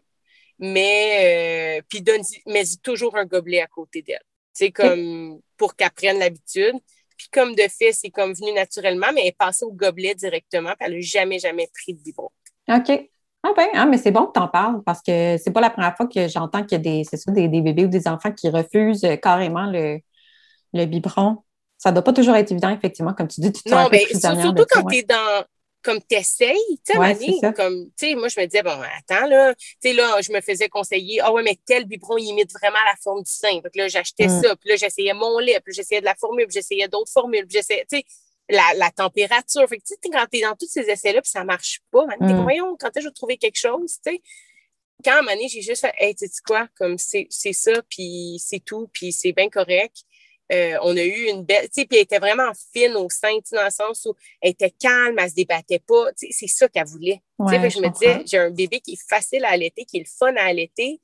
[SPEAKER 2] Mais, euh, puis donne-y, mets-y toujours un gobelet à côté d'elle. Tu sais, comme okay. pour qu'elle prenne l'habitude. Puis comme de fait, c'est comme venu naturellement, mais elle est passée au gobelet directement, puis elle n'a jamais, jamais pris de biberon.
[SPEAKER 1] OK. Ah ben, hein, mais c'est bon que tu en parles parce que c'est pas la première fois que j'entends qu'il y a des, c'est ça, des, des bébés ou des enfants qui refusent carrément le, le biberon. Ça doit pas toujours être évident, effectivement, comme tu dis, tu te sens
[SPEAKER 2] non,
[SPEAKER 1] un peu
[SPEAKER 2] ben,
[SPEAKER 1] prisonnière
[SPEAKER 2] surtout
[SPEAKER 1] de
[SPEAKER 2] quand
[SPEAKER 1] ça,
[SPEAKER 2] tu es
[SPEAKER 1] ouais.
[SPEAKER 2] dans... Comme t'essayes, tu sais,
[SPEAKER 1] ouais,
[SPEAKER 2] Mané, comme, tu sais, moi, je me disais, bon, attends, là, tu sais, là, je me faisais conseiller, ah ouais, mais tel biberon, il imite vraiment la forme du sein. Fait que là, j'achetais mm. ça, puis là, j'essayais mon lait, puis j'essayais de la formule, puis j'essayais d'autres formules, puis j'essayais, tu sais, la, la température. Fait que, tu sais, quand t'es dans tous ces essais-là, puis ça marche pas, Mané, mm. t'es comme, voyons, quand est-ce que je vais trouver quelque chose, tu sais. Quand, à Mané, j'ai juste fait, hey, tu sais quoi, comme, c'est, c'est ça, puis c'est tout, puis c'est bien correct. Euh, on a eu une belle, tu sais, puis elle était vraiment fine au sein, tu sais, dans le sens où elle était calme, elle se débattait pas, tu sais, c'est ça qu'elle voulait.
[SPEAKER 1] Ouais,
[SPEAKER 2] tu sais,
[SPEAKER 1] je
[SPEAKER 2] je me
[SPEAKER 1] comprends.
[SPEAKER 2] disais, j'ai un bébé qui est facile à allaiter, qui est le fun à allaiter,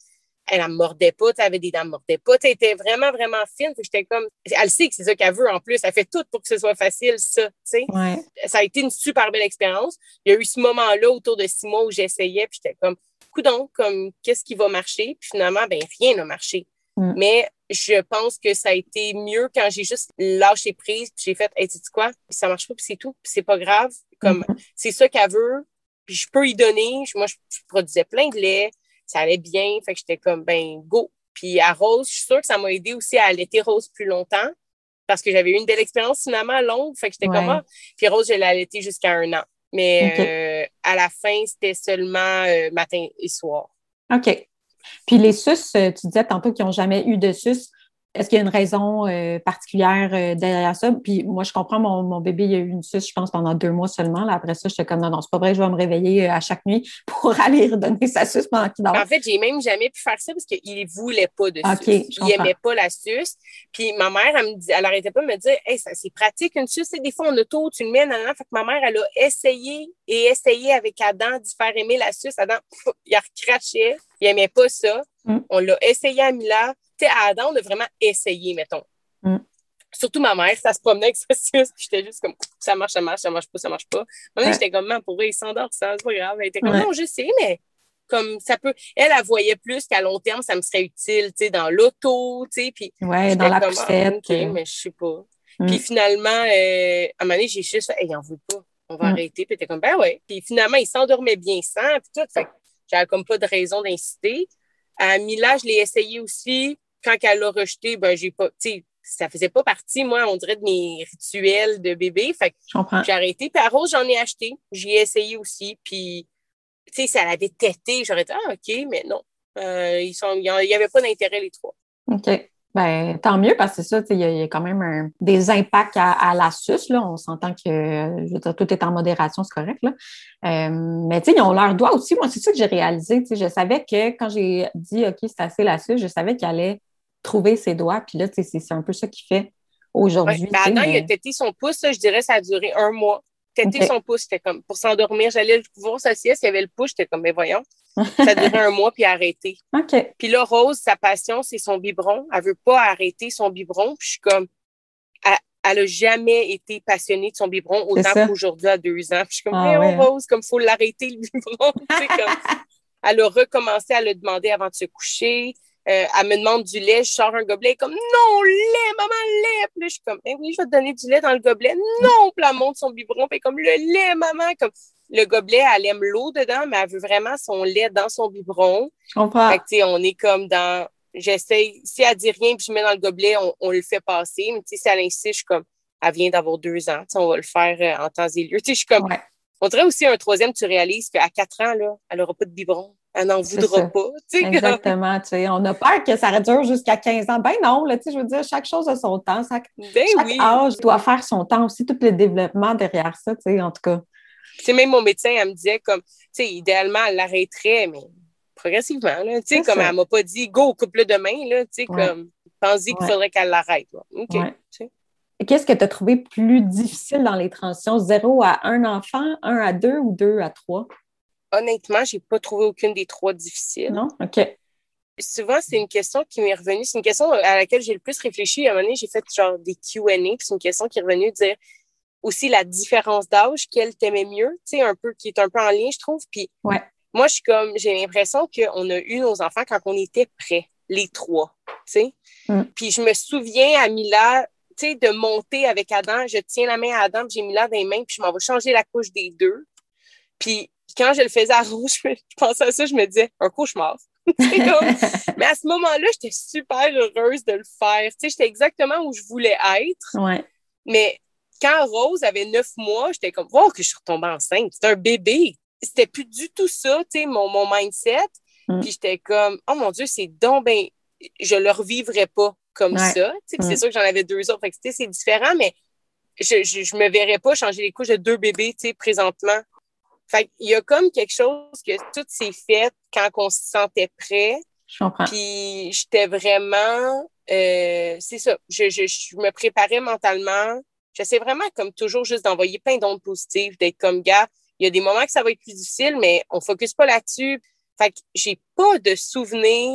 [SPEAKER 2] elle ne mordait pas, elle avait des dents, elle ne mordait pas. Elle était vraiment, vraiment fine. J'étais comme, elle sait que c'est ça qu'elle veut en plus. Elle fait tout pour que ce soit facile, ça.
[SPEAKER 1] Ouais.
[SPEAKER 2] Ça a été une super belle expérience. Il y a eu ce moment-là autour de six mois où j'essayais, puis j'étais comme, coudonc, comme, qu'est-ce qui va marcher? Puis finalement, ben rien n'a marché. Mm. Mais je pense que ça a été mieux quand j'ai juste lâché prise, puis j'ai fait, hey, tu sais quoi? Puis ça marche pas, puis c'est tout, puis c'est pas grave. Comme, mm-hmm. c'est ça qu'elle veut, puis je peux y donner. Moi, je, je produisais plein de lait, ça allait bien, fait que j'étais comme, ben, go. Puis à Rose, je suis sûre que ça m'a aidé aussi à allaiter Rose plus longtemps, parce que j'avais eu une belle expérience finalement longue, fait que j'étais ouais. comme, ah. Puis Rose, je l'ai allaitée jusqu'à un an. Mais okay. euh, à la fin, c'était seulement euh, matin et soir.
[SPEAKER 1] OK. Puis les suces, tu disais tantôt qu'ils n'ont jamais eu de suces. Est-ce qu'il y a une raison euh, particulière euh, derrière ça? Puis moi, je comprends, mon, mon bébé, il a eu une suce, je pense, pendant deux mois seulement. Là, après ça, j'étais comme, non, non, c'est pas vrai, je vais me réveiller à chaque nuit pour aller redonner sa suce pendant qu'il dort.
[SPEAKER 2] En fait, j'ai même jamais pu faire ça parce qu'il ne voulait pas de suce. Okay, il n'aimait pas la suce. Puis ma mère, elle me dit, elle arrêtait pas de me dire, hey, ça, c'est pratique une suce. Des fois, en auto, tu le mets, nan, nan. Fait que ma mère, elle a essayé et essayé avec Adam d'y faire aimer la suce. Adam, pff, il recrachait. Il n'aimait pas ça. Mm. On l'a essayé à Mila. Tu sais, à Adam, on a vraiment essayé, mettons. Mm. Surtout ma mère, ça se promenait avec sa suce, puis j'étais juste comme, ça marche, ça marche, ça marche pas, ça marche pas. Moi, ouais. J'étais comme, man, pour vrai, il s'endort, ça, c'est pas grave. Elle était comme, ouais. Non, je sais, mais comme ça peut. Elle, elle voyait plus qu'à long terme, ça me serait utile, tu sais, dans l'auto, tu sais, puis.
[SPEAKER 1] Ouais, dans la comme, poussette.
[SPEAKER 2] Ah, OK, mais je sais pas. Mm. Puis finalement, euh, à un moment donné, j'ai juste, hey, il en veut pas, on va mm. arrêter, puis elle était comme, ben ouais. Puis finalement, il s'endormait bien sans, puis tout, fait que j'avais comme pas de raison d'inciter. À Mila, je l'ai essayé aussi. Quand elle l'a rejeté, ben, j'ai pas, tu sais, ça faisait pas partie, moi, on dirait, de mes rituels de bébé. Fait que j'ai arrêté. Puis à Rose, j'en ai acheté. J'y ai essayé aussi. Puis, tu sais, ça l'avait tété. J'aurais dit, ah, OK, mais non. Euh, ils sont, il n'y avait pas d'intérêt, les trois.
[SPEAKER 1] OK. Ben, tant mieux, parce que c'est ça, il y, y a quand même un, des impacts à, à la suce, là. On s'entend que, je veux dire, tout est en modération, c'est correct, là. Euh, mais, tu sais, ils ont leur doigt aussi. Moi, c'est ça que j'ai réalisé, tu sais. Je savais que quand j'ai dit, OK, c'est assez la suce, je savais qu'il allait trouver ses doigts. Puis là, tu sais, c'est un peu ça qu'il fait aujourd'hui.
[SPEAKER 2] Ouais, ben, Adam, mais... il a tété son pouce, là, je dirais, ça a duré un mois. Tété okay. son pouce, c'était comme, pour s'endormir, j'allais voir sa sieste, il y avait le pouce, j'étais comme, mais voyons. Ça a duré un mois, puis arrêté.
[SPEAKER 1] OK.
[SPEAKER 2] Puis là, Rose, sa passion, c'est son biberon. Elle veut pas arrêter son biberon. Puis je suis comme, elle, elle a jamais été passionnée de son biberon autant qu'aujourd'hui à deux ans. Puis je suis comme, ah, hey, ouais, oh, Rose, comme, faut l'arrêter, le biberon. Tu sais, comme, elle a recommencé à le demander avant de se coucher. Euh, elle me demande du lait, je sors un gobelet, elle est comme, non, lait, maman, lait. Puis là, je suis comme, eh oui, je vais te donner du lait dans le gobelet. Non, puis elle monte son biberon, puis comme, le lait, maman, comme, le gobelet, elle aime l'eau dedans, mais elle veut vraiment son lait dans son biberon.
[SPEAKER 1] Je comprends.
[SPEAKER 2] Fait que, tu sais, on est comme dans, j'essaie, si elle dit rien, puis je mets dans le gobelet, on, on le fait passer. Mais tu sais, si elle insiste, je suis comme, elle vient d'avoir deux ans, tu sais, on va le faire euh, en temps et lieu. Tu sais, je suis comme, ouais. On dirait aussi un troisième, tu réalises qu'à quatre ans, là, elle n'aura pas de biberon. Elle n'en voudra pas. Tu sais,
[SPEAKER 1] exactement. Comme... Tu sais, on a peur que ça dure jusqu'à quinze ans. Ben non, là, tu sais, je veux dire, chaque chose a son temps. Chaque,
[SPEAKER 2] ben
[SPEAKER 1] chaque
[SPEAKER 2] oui.
[SPEAKER 1] âge doit faire son temps aussi, tout le développement derrière ça, tu sais, en tout cas.
[SPEAKER 2] C'est même mon médecin, elle me disait comme, tu sais, idéalement, elle l'arrêterait, mais progressivement, là. Tu sais, comme ça. Elle m'a pas dit, go, coupe-le demain, là. Tu sais, ouais. Comme, pense-y qu'il ouais. faudrait qu'elle l'arrête. Là. OK.
[SPEAKER 1] Ouais. Tu sais. Qu'est-ce que tu as trouvé plus difficile dans les transitions? Zéro à un enfant, un à deux ou deux à trois?
[SPEAKER 2] Honnêtement, j'ai pas trouvé aucune des trois difficiles.
[SPEAKER 1] Non? OK.
[SPEAKER 2] Souvent, c'est une question qui m'est revenue. C'est une question à laquelle j'ai le plus réfléchi. À un moment donné, j'ai fait genre des Q and A, puis c'est une question qui est revenue de dire aussi la différence d'âge, quelle t'aimait mieux, tu sais, un peu, qui est un peu en lien, je trouve. Puis
[SPEAKER 1] ouais.
[SPEAKER 2] Moi, je suis comme, j'ai l'impression qu'on a eu nos enfants quand on était prêts, les trois, tu sais. Mm. Puis je me souviens à Mila, tu sais, de monter avec Adam, je tiens la main à Adam, puis j'ai Mila dans les mains, puis je m'en vais changer la couche des deux. Puis quand je le faisais à Rouge, je, je pensais à ça, je me disais, un cauchemar. Comme... Mais à ce moment-là, j'étais super heureuse de le faire. Tu sais, j'étais exactement où je voulais être.
[SPEAKER 1] Ouais.
[SPEAKER 2] Mais quand Rose avait neuf mois, j'étais comme, wow, que je suis retombée enceinte. C'était un bébé. C'était plus du tout ça, tu sais, mon, mon mindset. Mm. Puis j'étais comme, oh mon Dieu, c'est donc ben, je le revivrais pas comme ouais. ça. Tu sais, mm. C'est sûr que j'en avais deux autres. Fait que, tu sais, c'est différent, mais je, je, je me verrais pas changer les couches de deux bébés, tu sais, présentement. Fait qu'il y a comme quelque chose que tout s'est fait quand on se sentait prêt.
[SPEAKER 1] Je comprends.
[SPEAKER 2] Puis j'étais vraiment, euh, c'est ça, je, je, je me préparais mentalement. J'essaie vraiment, comme toujours, juste d'envoyer plein d'ondes positives, d'être comme, gars, il y a des moments que ça va être plus difficile, mais on ne focus pas là-dessus. Fait que j'ai pas de souvenir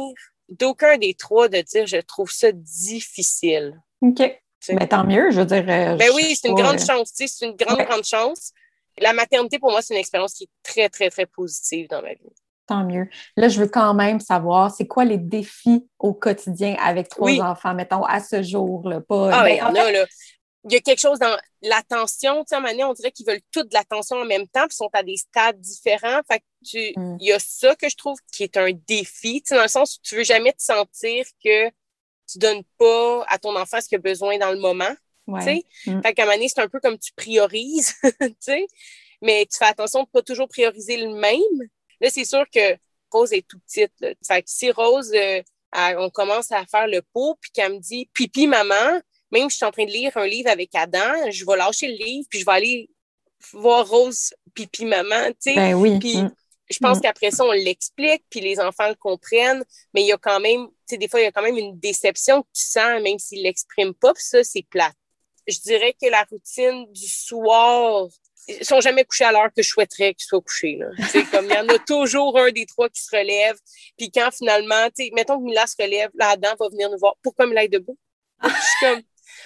[SPEAKER 2] d'aucun des trois de dire je trouve ça difficile.
[SPEAKER 1] OK. Ben, tant mieux, je veux dire. Euh,
[SPEAKER 2] ben
[SPEAKER 1] je
[SPEAKER 2] oui, c'est une
[SPEAKER 1] pas,
[SPEAKER 2] grande
[SPEAKER 1] euh...
[SPEAKER 2] chance. Tu sais, c'est une grande, ouais. grande chance. La maternité, pour moi, c'est une expérience qui est très, très, très positive dans ma vie.
[SPEAKER 1] Tant mieux. Là, je veux quand même savoir, c'est quoi les défis au quotidien avec trois
[SPEAKER 2] oui.
[SPEAKER 1] enfants, mettons, à ce jour? Là, pas...
[SPEAKER 2] Ah, ben, il
[SPEAKER 1] ben,
[SPEAKER 2] y en, en a, fait... là. Il y a quelque chose dans l'attention. Tu sais, à un moment donné, on dirait qu'ils veulent toute de l'attention en même temps, puis sont à des stades différents. Fait que tu... mm. il y a ça que je trouve qui est un défi, tu sais, dans le sens où tu veux jamais te sentir que tu donnes pas à ton enfant ce qu'il a besoin dans le moment. Ouais. Mm. Fait qu'à un moment donné, c'est un peu comme tu priorises, tu sais, mais tu fais attention de pas toujours prioriser le même. Là, c'est sûr que Rose est tout petite. Là. Fait que si Rose, euh, elle, on commence à faire le pot, puis qu'elle me dit « Pipi, maman », même si je suis en train de lire un livre avec Adam, je vais lâcher le livre, puis je vais aller voir Rose pipi maman, tu sais.
[SPEAKER 1] Ben oui.
[SPEAKER 2] Puis
[SPEAKER 1] mm.
[SPEAKER 2] je pense
[SPEAKER 1] mm.
[SPEAKER 2] qu'après ça, on l'explique, puis les enfants le comprennent, mais il y a quand même, tu sais, des fois, il y a quand même une déception que tu sens, même s'ils l'expriment pas, puis ça, c'est plate. Je dirais que la routine du soir, ils sont jamais couchés à l'heure que je souhaiterais qu'ils soient couchés, là. Tu sais, comme il y en a toujours un des trois qui se relève, puis quand finalement, tu sais, mettons que Mila se relève, là, Adam va venir nous voir. Pourquoi Mila est debout? Je suis comme...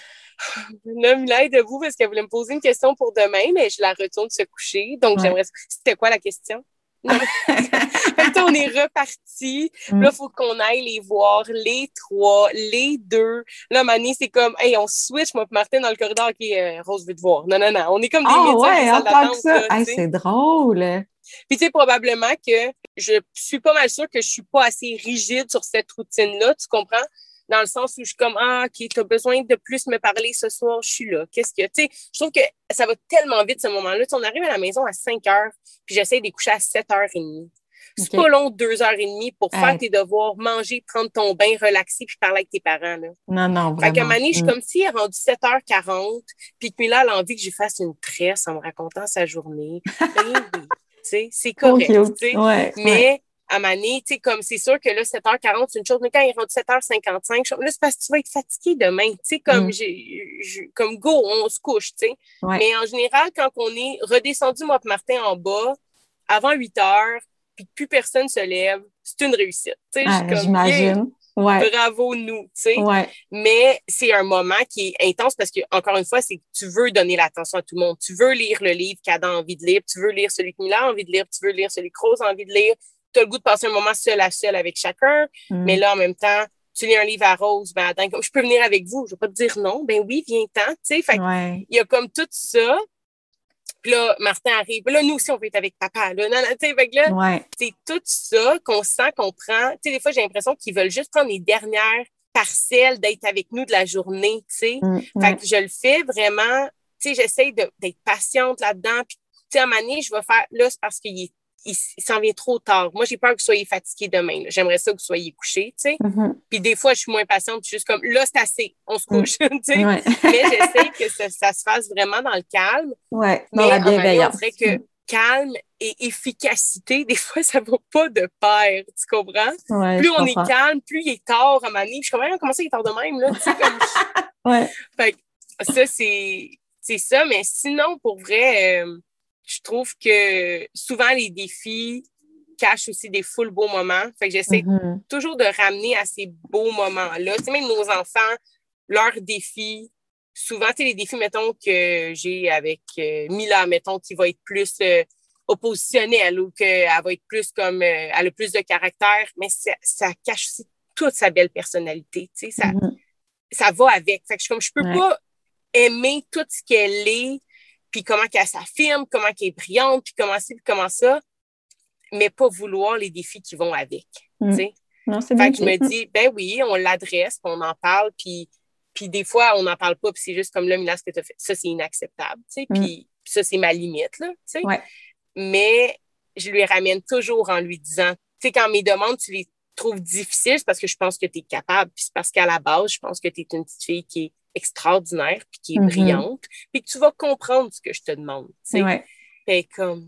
[SPEAKER 2] Là, Mila est debout parce qu'elle voulait me poser une question pour demain, mais je la retourne se coucher. Donc, ouais. j'aimerais... C'était quoi la question? Non. Fait que, on est reparti. Mm. Là, il faut qu'on aille les voir, les trois, les deux. Là, Mané, c'est comme, hey, on switch, moi, Martin, dans le corridor, OK, euh, Rose veut te voir. Non, non, non. On est comme des
[SPEAKER 1] oh,
[SPEAKER 2] médias
[SPEAKER 1] ouais,
[SPEAKER 2] des salles d'attente.
[SPEAKER 1] Ça. Hey, c'est drôle.
[SPEAKER 2] Puis, tu sais, probablement que je suis pas mal sûre que je suis pas assez rigide sur cette routine-là, tu comprends? Dans le sens où je suis comme, ah, OK, t'as besoin de plus me parler ce soir, je suis là. Qu'est-ce que, tu sais, je trouve que ça va tellement vite, ce moment-là. Tu sais, on arrive à la maison à cinq heures, puis j'essaie de coucher à sept heures trente. C'est okay. pas long, deux heures trente pour faire hey. tes devoirs, manger, prendre ton bain, relaxer, puis parler avec tes parents, là.
[SPEAKER 1] Non, non, vraiment.
[SPEAKER 2] Fait qu'à un moment donné, je suis mm. comme si elle est rendue sept heures quarante, puis que Mila a envie que je fasse une tresse en me racontant sa journée. Ben oui, tu sais, c'est correct,
[SPEAKER 1] okay.
[SPEAKER 2] tu sais.
[SPEAKER 1] Ouais,
[SPEAKER 2] mais...
[SPEAKER 1] Ouais.
[SPEAKER 2] à Mané, tu sais, comme c'est sûr que là, sept heures quarante, c'est une chose, mais quand il est rendu sept heures cinquante-cinq, là, c'est parce que tu vas être fatigué demain, tu sais, comme, mm. j'ai, j'ai, comme go, on se couche, tu sais. Ouais. Mais en général, quand on est redescendu, moi et Martin, en bas, avant huit heures, puis que plus personne se lève, c'est une réussite, tu sais.
[SPEAKER 1] Ah, j'imagine. Ouais.
[SPEAKER 2] Bravo, nous, tu sais.
[SPEAKER 1] Ouais.
[SPEAKER 2] Mais c'est un moment qui est intense parce que, encore une fois, c'est que tu veux donner l'attention à tout le monde. Tu veux lire le livre qu'Adam a envie de lire, tu veux lire celui que Mila a envie de lire, tu veux lire celui que Rose a envie de lire. Tu as le goût de passer un moment seul à seul avec chacun, mm. mais là, en même temps, tu lis un livre à Rose, ben attends, je peux venir avec vous, je vais pas te dire non, ben oui, viens-t'en, tu sais, fait
[SPEAKER 1] ouais.
[SPEAKER 2] il y a comme tout ça, puis là, Martin arrive, là, nous aussi, on veut être avec papa, là, non, non, tu sais, fait que là,
[SPEAKER 1] ouais.
[SPEAKER 2] c'est tout ça qu'on sent, qu'on prend, tu sais, des fois, j'ai l'impression qu'ils veulent juste prendre les dernières parcelles d'être avec nous de la journée, tu sais,
[SPEAKER 1] mm.
[SPEAKER 2] fait
[SPEAKER 1] ouais.
[SPEAKER 2] que je le fais vraiment, tu sais, j'essaie de, d'être patiente là-dedans, puis, tu sais, à un moment donné, je vais faire, là, c'est parce qu'il est il, il s'en vient trop tard. Moi, j'ai peur que vous soyez fatigués demain. Là. J'aimerais ça que vous soyez couchés, tu sais.
[SPEAKER 1] Mm-hmm.
[SPEAKER 2] Puis des fois, je suis moins patiente, puis juste comme, là, c'est assez, on se couche, mm. tu sais.
[SPEAKER 1] Ouais.
[SPEAKER 2] Mais j'essaie que ça, ça se fasse vraiment dans le calme.
[SPEAKER 1] Ouais, dans
[SPEAKER 2] mais
[SPEAKER 1] la bienveillance.
[SPEAKER 2] On dirait que mm. calme et efficacité, des fois, ça va pas de pair, tu comprends?
[SPEAKER 1] Ouais,
[SPEAKER 2] plus
[SPEAKER 1] je
[SPEAKER 2] on
[SPEAKER 1] comprends.
[SPEAKER 2] est calme, plus il est tard à ma nuit. Je suis comme, comment ça, il est tard de même, là? Tu sais, comme...
[SPEAKER 1] ouais.
[SPEAKER 2] Fait que ça, c'est, c'est ça. Mais sinon, pour vrai... Euh, je trouve que souvent, les défis cachent aussi des full beaux moments. Fait que j'essaie mm-hmm. toujours de ramener à ces beaux moments-là. Tu sais, même nos enfants, leurs défis, souvent, tu sais, les défis, mettons, que j'ai avec euh, Mila, mettons, qui va être plus euh, oppositionnelle ou qu'elle va être plus comme, euh, elle a plus de caractère, mais ça, ça cache aussi toute sa belle personnalité. Tu sais, ça, mm-hmm. ça va avec. Fait que je, comme je peux ouais. pas aimer tout ce qu'elle est, puis comment qu'elle s'affirme, comment qu'elle est brillante, puis comment ci, puis comment ça, mais pas vouloir les défis qui vont avec,
[SPEAKER 1] mm.
[SPEAKER 2] tu sais.
[SPEAKER 1] Non, c'est
[SPEAKER 2] fait
[SPEAKER 1] bien
[SPEAKER 2] que je me dis, ben oui, on l'adresse, puis on en parle, puis, puis des fois, on n'en parle pas, puis c'est juste comme là, Mila, ce que tu as fait, ça, c'est inacceptable, tu sais, puis mm. ça, c'est ma limite, là, tu sais.
[SPEAKER 1] Ouais.
[SPEAKER 2] Mais je lui ramène toujours en lui disant, tu sais, quand mes demandes, tu les trouves difficiles, c'est parce que je pense que tu es capable, puis c'est parce qu'à la base, je pense que tu es une petite fille qui est extraordinaire, puis qui est mm-hmm. brillante, puis que tu vas comprendre ce que je te demande, tu sais.
[SPEAKER 1] Ouais.
[SPEAKER 2] Fait comme,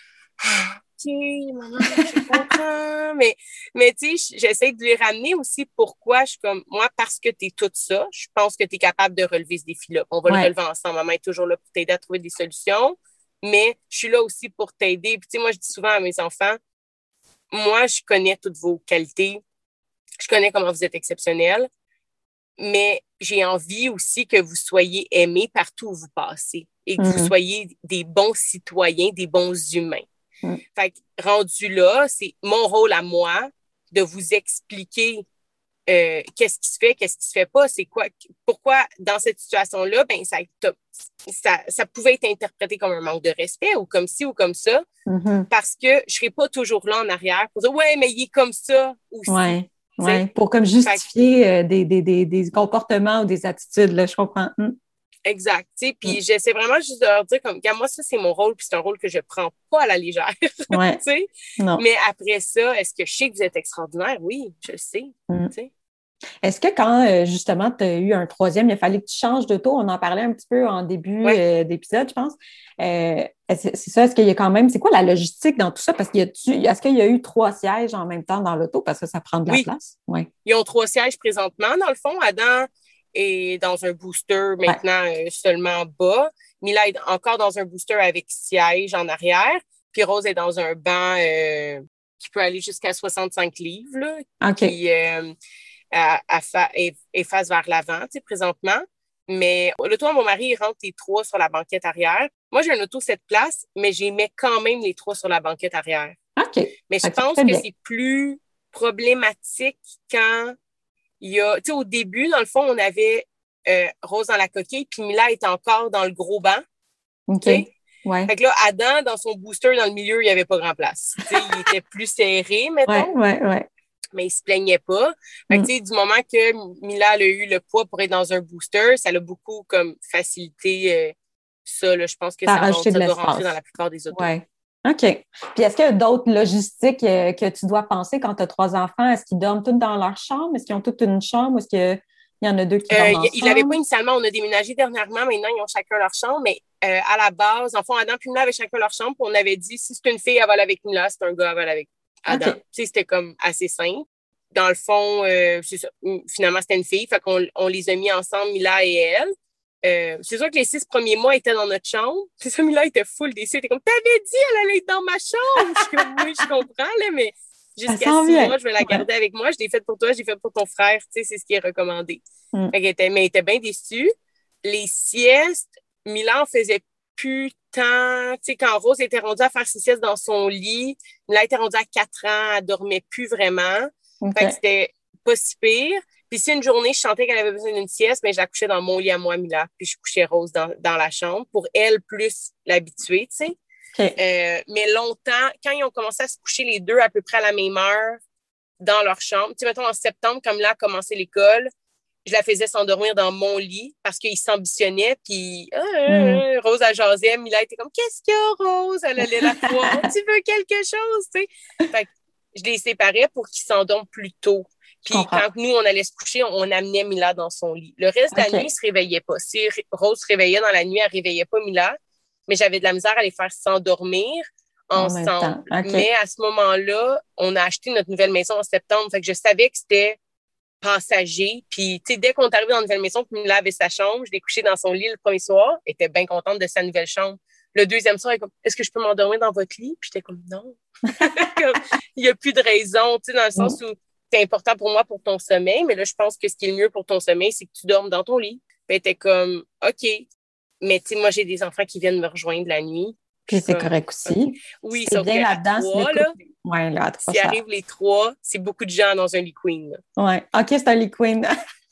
[SPEAKER 2] OK, maman, je comprends, mais, mais tu sais, j'essaie de lui ramener aussi pourquoi je suis comme, moi, parce que tu es tout ça, je pense que tu es capable de relever ce défi-là. On va ouais. le relever ensemble. Maman est toujours là pour t'aider à trouver des solutions, mais je suis là aussi pour t'aider. Puis tu sais, moi, je dis souvent à mes enfants, moi, je connais toutes vos qualités, je connais comment vous êtes exceptionnel, mais j'ai envie aussi que vous soyez aimés partout où vous passez et que mm. vous soyez des bons citoyens, des bons humains. Mm. Fait que rendu là, c'est mon rôle à moi de vous expliquer euh, qu'est-ce qui se fait, qu'est-ce qui se fait pas, c'est quoi, pourquoi dans cette situation-là, ben ça, ça, ça pouvait être interprété comme un manque de respect ou comme ci ou comme ça, mm-hmm. parce que je serai pas toujours là en arrière pour dire ouais, mais il est comme ça aussi.
[SPEAKER 1] Ouais. Oui, pour comme justifier euh, des, des, des, des comportements ou des attitudes, là, je comprends. Mm.
[SPEAKER 2] Exact. Puis mm. j'essaie vraiment juste de leur dire comme, moi, ça, c'est mon rôle, puis c'est un rôle que je prends pas à la légère.
[SPEAKER 1] Ouais. Non.
[SPEAKER 2] Mais après ça, est-ce que je sais que vous êtes extraordinaire? Oui, je le sais. Mm.
[SPEAKER 1] Est-ce que quand, euh, justement, tu as eu un troisième, il a fallu que tu changes d'auto? On en parlait un petit peu en début ouais. euh, d'épisode, je pense. Euh, c'est, c'est ça, est-ce qu'il y a quand même... C'est quoi la logistique dans tout ça? Parce qu'il y a, est-ce qu'il y a eu trois sièges en même temps dans l'auto? Parce que ça prend de la
[SPEAKER 2] oui.
[SPEAKER 1] place. Oui.
[SPEAKER 2] Ils ont trois sièges présentement. Dans le fond, Adam est dans un booster maintenant ouais. euh, seulement bas. Mila est encore dans un booster avec siège en arrière. Puis Rose est dans un banc euh, qui peut aller jusqu'à soixante-cinq livres. Là,
[SPEAKER 1] OK.
[SPEAKER 2] Qui, euh, À, à fa- et, et face vers l'avant, tu sais, présentement. Mais l'auto à mon mari, il rentre les trois sur la banquette arrière. Moi, j'ai un auto sept places, mais j'y mets quand même les trois sur la banquette arrière.
[SPEAKER 1] OK.
[SPEAKER 2] Mais je pense que bien. c'est plus problématique quand il y a... Tu sais, au début, dans le fond, on avait euh, Rose dans la coquille, puis Mila est encore dans le gros banc.
[SPEAKER 1] OK.
[SPEAKER 2] Okay?
[SPEAKER 1] Ouais.
[SPEAKER 2] Fait que là, Adam, dans son booster, dans le milieu, il n'y avait pas grand place. Tu sais, il était plus serré, mettons.
[SPEAKER 1] Ouais, ouais, ouais.
[SPEAKER 2] Mais il se plaignait pas. Fait que, mm. tu sais, du moment que Mila a eu le poids pour être dans un booster, ça l'a beaucoup comme facilité euh, ça. Là, je pense que ça, ça, ça doit rentrer dans la plupart des autos.
[SPEAKER 1] Ouais. OK. Puis est-ce qu'il y a d'autres logistiques euh, que tu dois penser quand tu as trois enfants? Est-ce qu'ils dorment tous dans leur chambre? Est-ce qu'ils ont toute une chambre? Est-ce qu'il y en a deux qui
[SPEAKER 2] euh,
[SPEAKER 1] dorment ensemble?
[SPEAKER 2] Ils l'avaient pas initialement. On a déménagé dernièrement. Maintenant, ils ont chacun leur chambre. Mais euh, à la base, en fond, Adam et Mila avaient chacun leur chambre. Puis on avait dit, si c'est une fille, elle va aller avec Mila. Si c'est un gars, elle va aller avec Adam. Okay. Tu sais, c'était comme assez simple. Dans le fond, euh, c'est ça. Finalement, c'était une fille. Fait qu'on on les a mis ensemble, Mila et elle. Euh, c'est sûr que les six premiers mois étaient dans notre chambre. C'est ça, Mila était full déçue. Elle était comme, t'avais dit, elle allait être dans ma chambre. Je suis comme, oui, je comprends, là, mais jusqu'à six bien. mois, je vais la garder ouais. avec moi. Je l'ai faite pour toi, je l'ai faite pour ton frère. Tu sais, c'est ce qui est recommandé. Mm. Fait qu'elle était, mais elle était bien déçue. Les siestes, Mila en faisait plus tant. Tu sais, quand Rose était rendue à faire ses siestes dans son lit, Mila était rendue à quatre ans, elle dormait plus vraiment. Okay. Fait que c'était pas si pire. Puis si une journée, je sentais qu'elle avait besoin d'une sieste, mais je la couchais dans mon lit à moi, Mila. Puis je couchais Rose dans, dans la chambre pour elle plus l'habituer, tu sais.
[SPEAKER 1] Okay.
[SPEAKER 2] Euh, mais longtemps, quand ils ont commencé à se coucher les deux à peu près à la même heure dans leur chambre, tu sais, mettons en septembre, comme là a commencé l'école, je la faisais s'endormir dans mon lit parce qu'ils s'ambitionnait. Puis euh, mm. Rose, elle jasait. Mila était comme, qu'est-ce qu'il y a, Rose? Elle allait la voir. Tu veux quelque chose, tu sais? Fait que je les séparais pour qu'ils s'endorment plus tôt. Puis quand nous, on allait se coucher, on amenait Mila dans son lit. Le reste okay. de la nuit, il ne se réveillait pas. Si Rose se réveillait dans la nuit, elle ne réveillait pas Mila, mais j'avais de la misère à les faire s'endormir ensemble. En okay. Mais à ce moment-là, on a acheté notre nouvelle maison en septembre. Fait que je savais que c'était passager. Puis, tu sais, dès qu'on est arrivé dans la nouvelle maison, puis Mila avait sa chambre, je l'ai couchée dans son lit le premier soir. Elle était bien contente de sa nouvelle chambre. Le deuxième soir, elle est comme, est-ce que je peux m'endormir dans votre lit? Puis j'étais comme, non. Il n'y a plus de raison, tu sais, dans le sens où c'est important pour moi pour ton sommeil, mais là, je pense que ce qui est le mieux pour ton sommeil, c'est que tu dormes dans ton lit. Puis elle était comme, OK. Mais tu sais, moi, j'ai des enfants qui viennent me rejoindre la nuit.
[SPEAKER 1] Puis c'est comme, correct aussi.
[SPEAKER 2] Okay. Oui,
[SPEAKER 1] c'est
[SPEAKER 2] sauf
[SPEAKER 1] bien là-dedans.
[SPEAKER 2] Trois, là,
[SPEAKER 1] ouais, là, à trois,
[SPEAKER 2] s'il arrive les trois, c'est beaucoup de gens dans un lit queen.
[SPEAKER 1] Oui, OK, c'est un lit queen.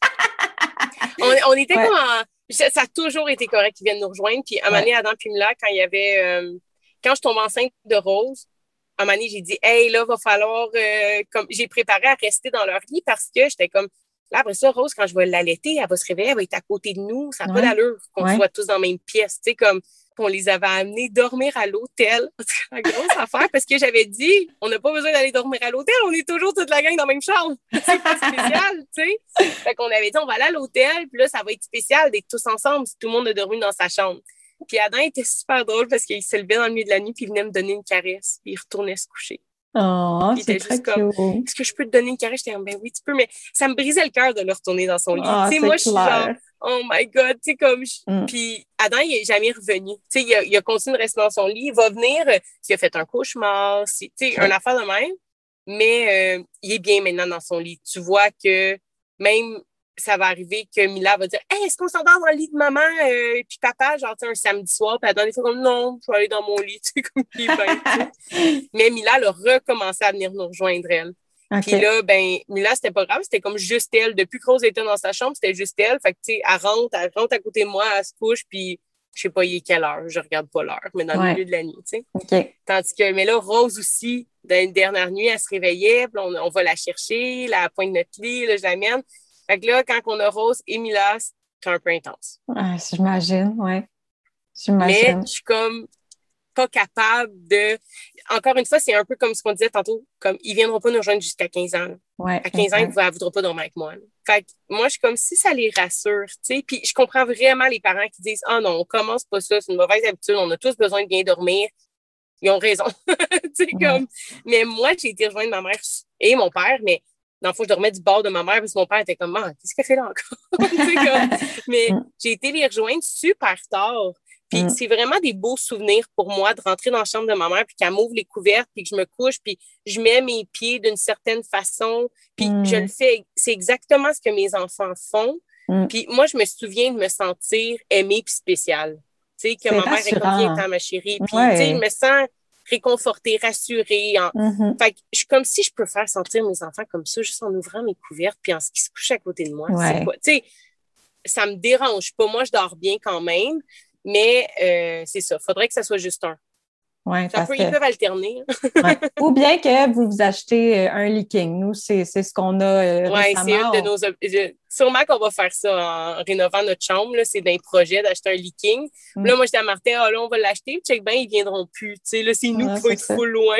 [SPEAKER 2] on, on était ouais. comme en... Ça a toujours été correct qu'ils viennent nous rejoindre. Puis à un moment donné, Adam puis Mila, quand il y avait... Euh, quand je tombe enceinte de Rose, à un moment donné, j'ai dit, hey, là, va falloir... Euh, comme j'ai préparé à rester dans leur lit parce que j'étais comme... Là, après ça, Rose, quand je vais l'allaiter, elle va se réveiller, elle va être à côté de nous. Ça n'a ouais. pas d'allure qu'on ouais. soit tous dans la même pièce. Tu sais, comme on les avait amenés dormir à l'hôtel. C'est la grosse affaire parce que j'avais dit, on n'a pas besoin d'aller dormir à l'hôtel, on est toujours toute la gang dans la même chambre. C'est pas spécial, tu sais. Fait qu'on avait dit, on va aller à l'hôtel, puis là, ça va être spécial d'être tous ensemble si tout le monde a dormi dans sa chambre. Puis Adam était super drôle parce qu'il se levait dans le milieu de la nuit puis il venait me donner une caresse puis il retournait se coucher.
[SPEAKER 1] Oh, c'est très juste comme,
[SPEAKER 2] cute. Est-ce que je peux te donner une caresse? J'étais comme, ben oui, tu peux, mais ça me brisait le cœur de le retourner dans son lit.
[SPEAKER 1] Oh,
[SPEAKER 2] tu sais, moi, je suis genre, oh my God, tu sais, comme, je...
[SPEAKER 1] mm.
[SPEAKER 2] Puis Adam, il est jamais revenu. Tu sais, il a, il a continué de rester dans son lit. Il va venir, euh, s'il a fait un cauchemar, si, tu sais, okay. une affaire de même. mais euh, il est bien maintenant dans son lit. Tu vois que même, ça va arriver que Mila va dire « Hey, est-ce qu'on s'endort dans le lit de maman euh, puis papa, genre, tu sais, un samedi soir? » Puis elle donne des fois comme « Non, je vais aller dans mon lit. » Tu sais, comme il est bien, tu sais. Mais Mila, elle a recommencé à venir nous rejoindre, elle.
[SPEAKER 1] OK.
[SPEAKER 2] Puis là, ben, Mila, c'était pas grave, c'était comme juste elle. Depuis que Rose était dans sa chambre, c'était juste elle. Fait que, tu sais, elle rentre, elle rentre à côté de moi, elle se couche, puis je sais pas, il est quelle heure, je regarde pas l'heure, mais dans le
[SPEAKER 1] Ouais.
[SPEAKER 2] milieu de la nuit, tu sais.
[SPEAKER 1] OK.
[SPEAKER 2] Tandis que, mais là, Rose aussi, dans une dernière nuit, elle se réveillait, puis on, on va la chercher, là, à la pointe de notre lit, là, je l'amène. Fait que là, quand on a Rose et Mila, c'est un peu intense.
[SPEAKER 1] Ah, j'imagine, ouais.
[SPEAKER 2] Mais
[SPEAKER 1] J'imagine.
[SPEAKER 2] je suis comme pas capable de... Encore une fois, c'est un peu comme ce qu'on disait tantôt, comme ils viendront pas nous rejoindre jusqu'à quinze ans. Là.
[SPEAKER 1] Ouais,
[SPEAKER 2] À quinze ans, ils
[SPEAKER 1] exact.
[SPEAKER 2] ne voudront pas dormir avec moi. Là. Fait que moi, je suis comme si ça les rassure, tu sais. Puis je comprends vraiment les parents qui disent « Ah non, on commence pas ça, c'est une mauvaise habitude, on a tous besoin de bien dormir. » Ils ont raison. tu sais,
[SPEAKER 1] Ouais.
[SPEAKER 2] comme... Mais moi, j'ai été rejoindre ma mère et mon père, mais dans le fond, je dormais du bord de ma mère parce que mon père était comme « Ah, qu'est-ce qu'elle fait là encore? » Tu sais, comme... Mais
[SPEAKER 1] Mm.
[SPEAKER 2] j'ai été les rejoindre super tard. Puis
[SPEAKER 1] Mm.
[SPEAKER 2] c'est vraiment des beaux souvenirs pour moi de rentrer dans la chambre de ma mère puis qu'elle m'ouvre les couvertes puis que je me couche puis je mets mes pieds d'une certaine façon. Puis
[SPEAKER 1] Mm.
[SPEAKER 2] je le fais. C'est exactement ce que mes enfants font.
[SPEAKER 1] Mm.
[SPEAKER 2] Puis moi, je me souviens de me sentir aimée puis spéciale. Tu sais, que
[SPEAKER 1] C'est
[SPEAKER 2] ma mère est comme viens
[SPEAKER 1] rassurant.
[SPEAKER 2] à ma chérie. Puis, tu sais, je
[SPEAKER 1] Ouais.
[SPEAKER 2] me sens réconfortée, rassurée. En...
[SPEAKER 1] Mhm.
[SPEAKER 2] Fait que je suis comme si je peux faire sentir mes enfants comme ça juste en ouvrant mes couvertes puis en ce qui se couche à côté de moi. C'est
[SPEAKER 1] Ouais.
[SPEAKER 2] pas, tu sais, ça me dérange pas. Moi, je dors bien quand même, mais euh, c'est ça. Faudrait que ça soit juste un.
[SPEAKER 1] Ouais,
[SPEAKER 2] Ça
[SPEAKER 1] parce
[SPEAKER 2] peut,
[SPEAKER 1] que...
[SPEAKER 2] ils peuvent alterner.
[SPEAKER 1] Ouais. Ou bien que vous vous achetez euh, un leaking. Nous, c'est, c'est ce qu'on a euh,
[SPEAKER 2] Ouais, c'est une
[SPEAKER 1] récemment.
[SPEAKER 2] de
[SPEAKER 1] On...
[SPEAKER 2] nos. je- Sûrement qu'on va faire ça en rénovant notre chambre. Là. C'est d'un projet d'acheter un leaking.
[SPEAKER 1] Mm.
[SPEAKER 2] Là, moi, j'étais à Martin, ah, là, on va l'acheter. Check bien, ils viendront plus. Tu sais, là, c'est nous
[SPEAKER 1] Ouais,
[SPEAKER 2] qui va
[SPEAKER 1] c'est
[SPEAKER 2] être
[SPEAKER 1] ça.
[SPEAKER 2] full loin.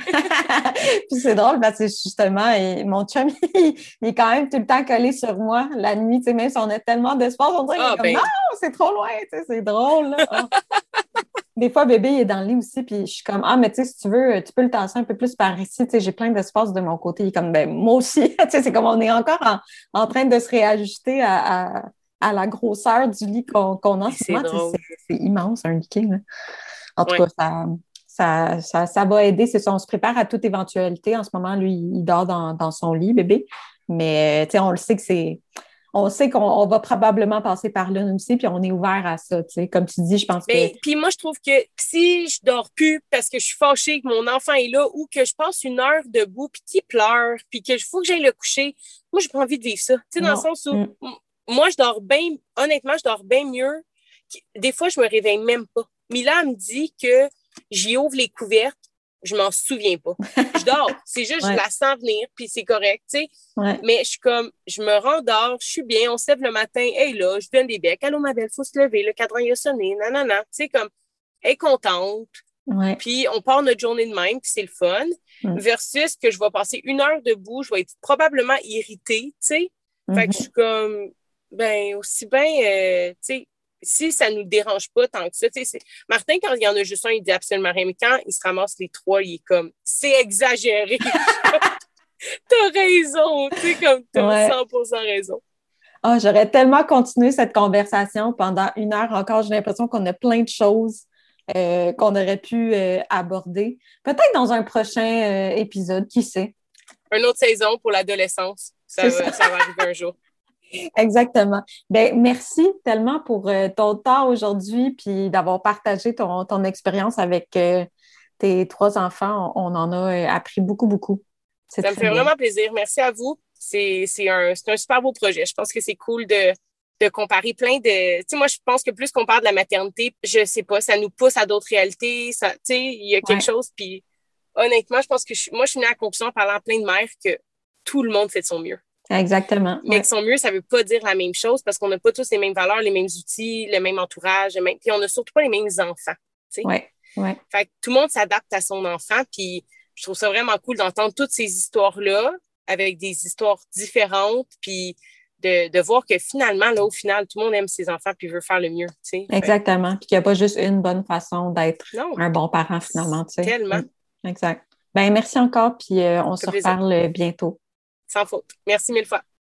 [SPEAKER 1] Puis c'est drôle parce que justement, et mon chum, il, il est quand même tout le temps collé sur moi la nuit, tu sais, même si on a tellement d'espace, on dirait qu'il est
[SPEAKER 2] Ah,
[SPEAKER 1] comme non,
[SPEAKER 2] ben.
[SPEAKER 1] c'est trop loin, tu sais, c'est drôle. Là. Oh. Des fois, bébé, il est dans le lit aussi, puis je suis comme ah, mais tu sais, si tu veux, tu peux le tasser un peu plus par ici, tu sais, j'ai plein d'espace de mon côté. Il est comme ben, moi aussi, tu sais, c'est comme on est encore en, en train de se réajuster à, à, à la grosseur du lit qu'on, qu'on a en ce
[SPEAKER 2] C'est
[SPEAKER 1] moment, tu sais,
[SPEAKER 2] drôle.
[SPEAKER 1] c'est, c'est immense, un leaking, là. En tout
[SPEAKER 2] Ouais.
[SPEAKER 1] cas, ça. Ça, ça, ça va aider, c'est ça. On se prépare à toute éventualité. En ce moment, lui, il dort dans, dans son lit, bébé. Mais, tu sais, on le sait que c'est... On sait qu'on on va probablement passer par là, nous aussi, puis on est ouvert à ça, tu sais. Comme tu dis, je pense que...
[SPEAKER 2] Ben, puis moi, je trouve que si je dors plus parce que je suis fâchée que mon enfant est là ou que je passe une heure debout puis qu'il pleure puis qu'il faut que j'aille le coucher, moi, j'ai pas envie de vivre ça. Tu sais, dans le
[SPEAKER 1] Non.
[SPEAKER 2] sens où
[SPEAKER 1] Mm.
[SPEAKER 2] m- moi, je dors bien, honnêtement, je dors bien mieux. Des fois, je me réveille même pas. Mila elle me dit que j'y ouvre les couvertes, je m'en souviens pas. Je dors. C'est juste, je
[SPEAKER 1] Ouais.
[SPEAKER 2] la sens venir puis c'est correct, tu sais.
[SPEAKER 1] Ouais.
[SPEAKER 2] Mais je suis comme, je me rendors, je suis bien, on se lève le matin, hey là, je donne des becs, allô ma belle, faut se lever, le cadran il a sonné, nanana, tu sais, comme, elle est contente,
[SPEAKER 1] Ouais.
[SPEAKER 2] puis on part notre journée de même, puis c'est le fun,
[SPEAKER 1] Mm.
[SPEAKER 2] versus que je vais passer une heure debout, je vais être probablement irritée, tu sais, fait que je
[SPEAKER 1] Mhm.
[SPEAKER 2] suis comme, ben, aussi bien, euh, tu sais, si ça nous dérange pas tant que ça, tu sais, c'est... Martin, quand il y en a juste un, il dit absolument rien, mais quand il se ramasse les trois, il est comme, c'est exagéré. T'as raison, tu sais, comme t'as
[SPEAKER 1] Ouais.
[SPEAKER 2] cent pour cent raison.
[SPEAKER 1] Ah, j'aurais tellement continué cette conversation pendant une heure encore. J'ai l'impression qu'on a plein de choses euh, qu'on aurait pu euh, aborder. Peut-être dans un prochain euh, épisode, qui sait?
[SPEAKER 2] Une autre saison pour l'adolescence. Ça
[SPEAKER 1] C'est ça.
[SPEAKER 2] va, ça va arriver un jour.
[SPEAKER 1] Exactement. Ben, merci tellement pour euh, ton temps aujourd'hui puis d'avoir partagé ton, ton expérience avec euh, tes trois enfants. On, on en a euh, appris beaucoup, beaucoup. C'est
[SPEAKER 2] Ça me
[SPEAKER 1] très
[SPEAKER 2] fait
[SPEAKER 1] bien.
[SPEAKER 2] vraiment plaisir. Merci à vous. C'est, c'est un, c'est un super beau projet. Je pense que c'est cool de, de comparer plein de... Tu sais, moi, je pense que plus qu'on parle de la maternité, je sais pas, ça nous pousse à d'autres réalités. Ça, tu sais, il y a quelque
[SPEAKER 1] Ouais,
[SPEAKER 2] chose. Puis honnêtement, je pense que je, moi, je suis venue à la conclusion en parlant à plein de mères que tout le monde fait de son mieux.
[SPEAKER 1] exactement.
[SPEAKER 2] Mais que
[SPEAKER 1] Ouais,
[SPEAKER 2] son mieux, ça veut pas dire la même chose parce qu'on n'a pas tous les mêmes valeurs, les mêmes outils, le même entourage, le même... puis on n'a surtout pas les mêmes enfants. Tu sais.
[SPEAKER 1] ouais, ouais.
[SPEAKER 2] Fait que tout le monde s'adapte à son enfant, puis je trouve ça vraiment cool d'entendre toutes ces histoires-là avec des histoires différentes, puis de, de voir que finalement, là, au final, tout le monde aime ses enfants puis veut faire le mieux, tu sais. Fait que
[SPEAKER 1] Exactement. Puis qu'il n'y a pas juste une bonne façon d'être
[SPEAKER 2] non,
[SPEAKER 1] un bon parent, finalement, tu sais.
[SPEAKER 2] tellement,
[SPEAKER 1] Mm, exact. Ben, merci encore, puis euh, on
[SPEAKER 2] ça
[SPEAKER 1] se
[SPEAKER 2] fait plaisir,
[SPEAKER 1] reparle bientôt.
[SPEAKER 2] sans faute. Merci mille fois.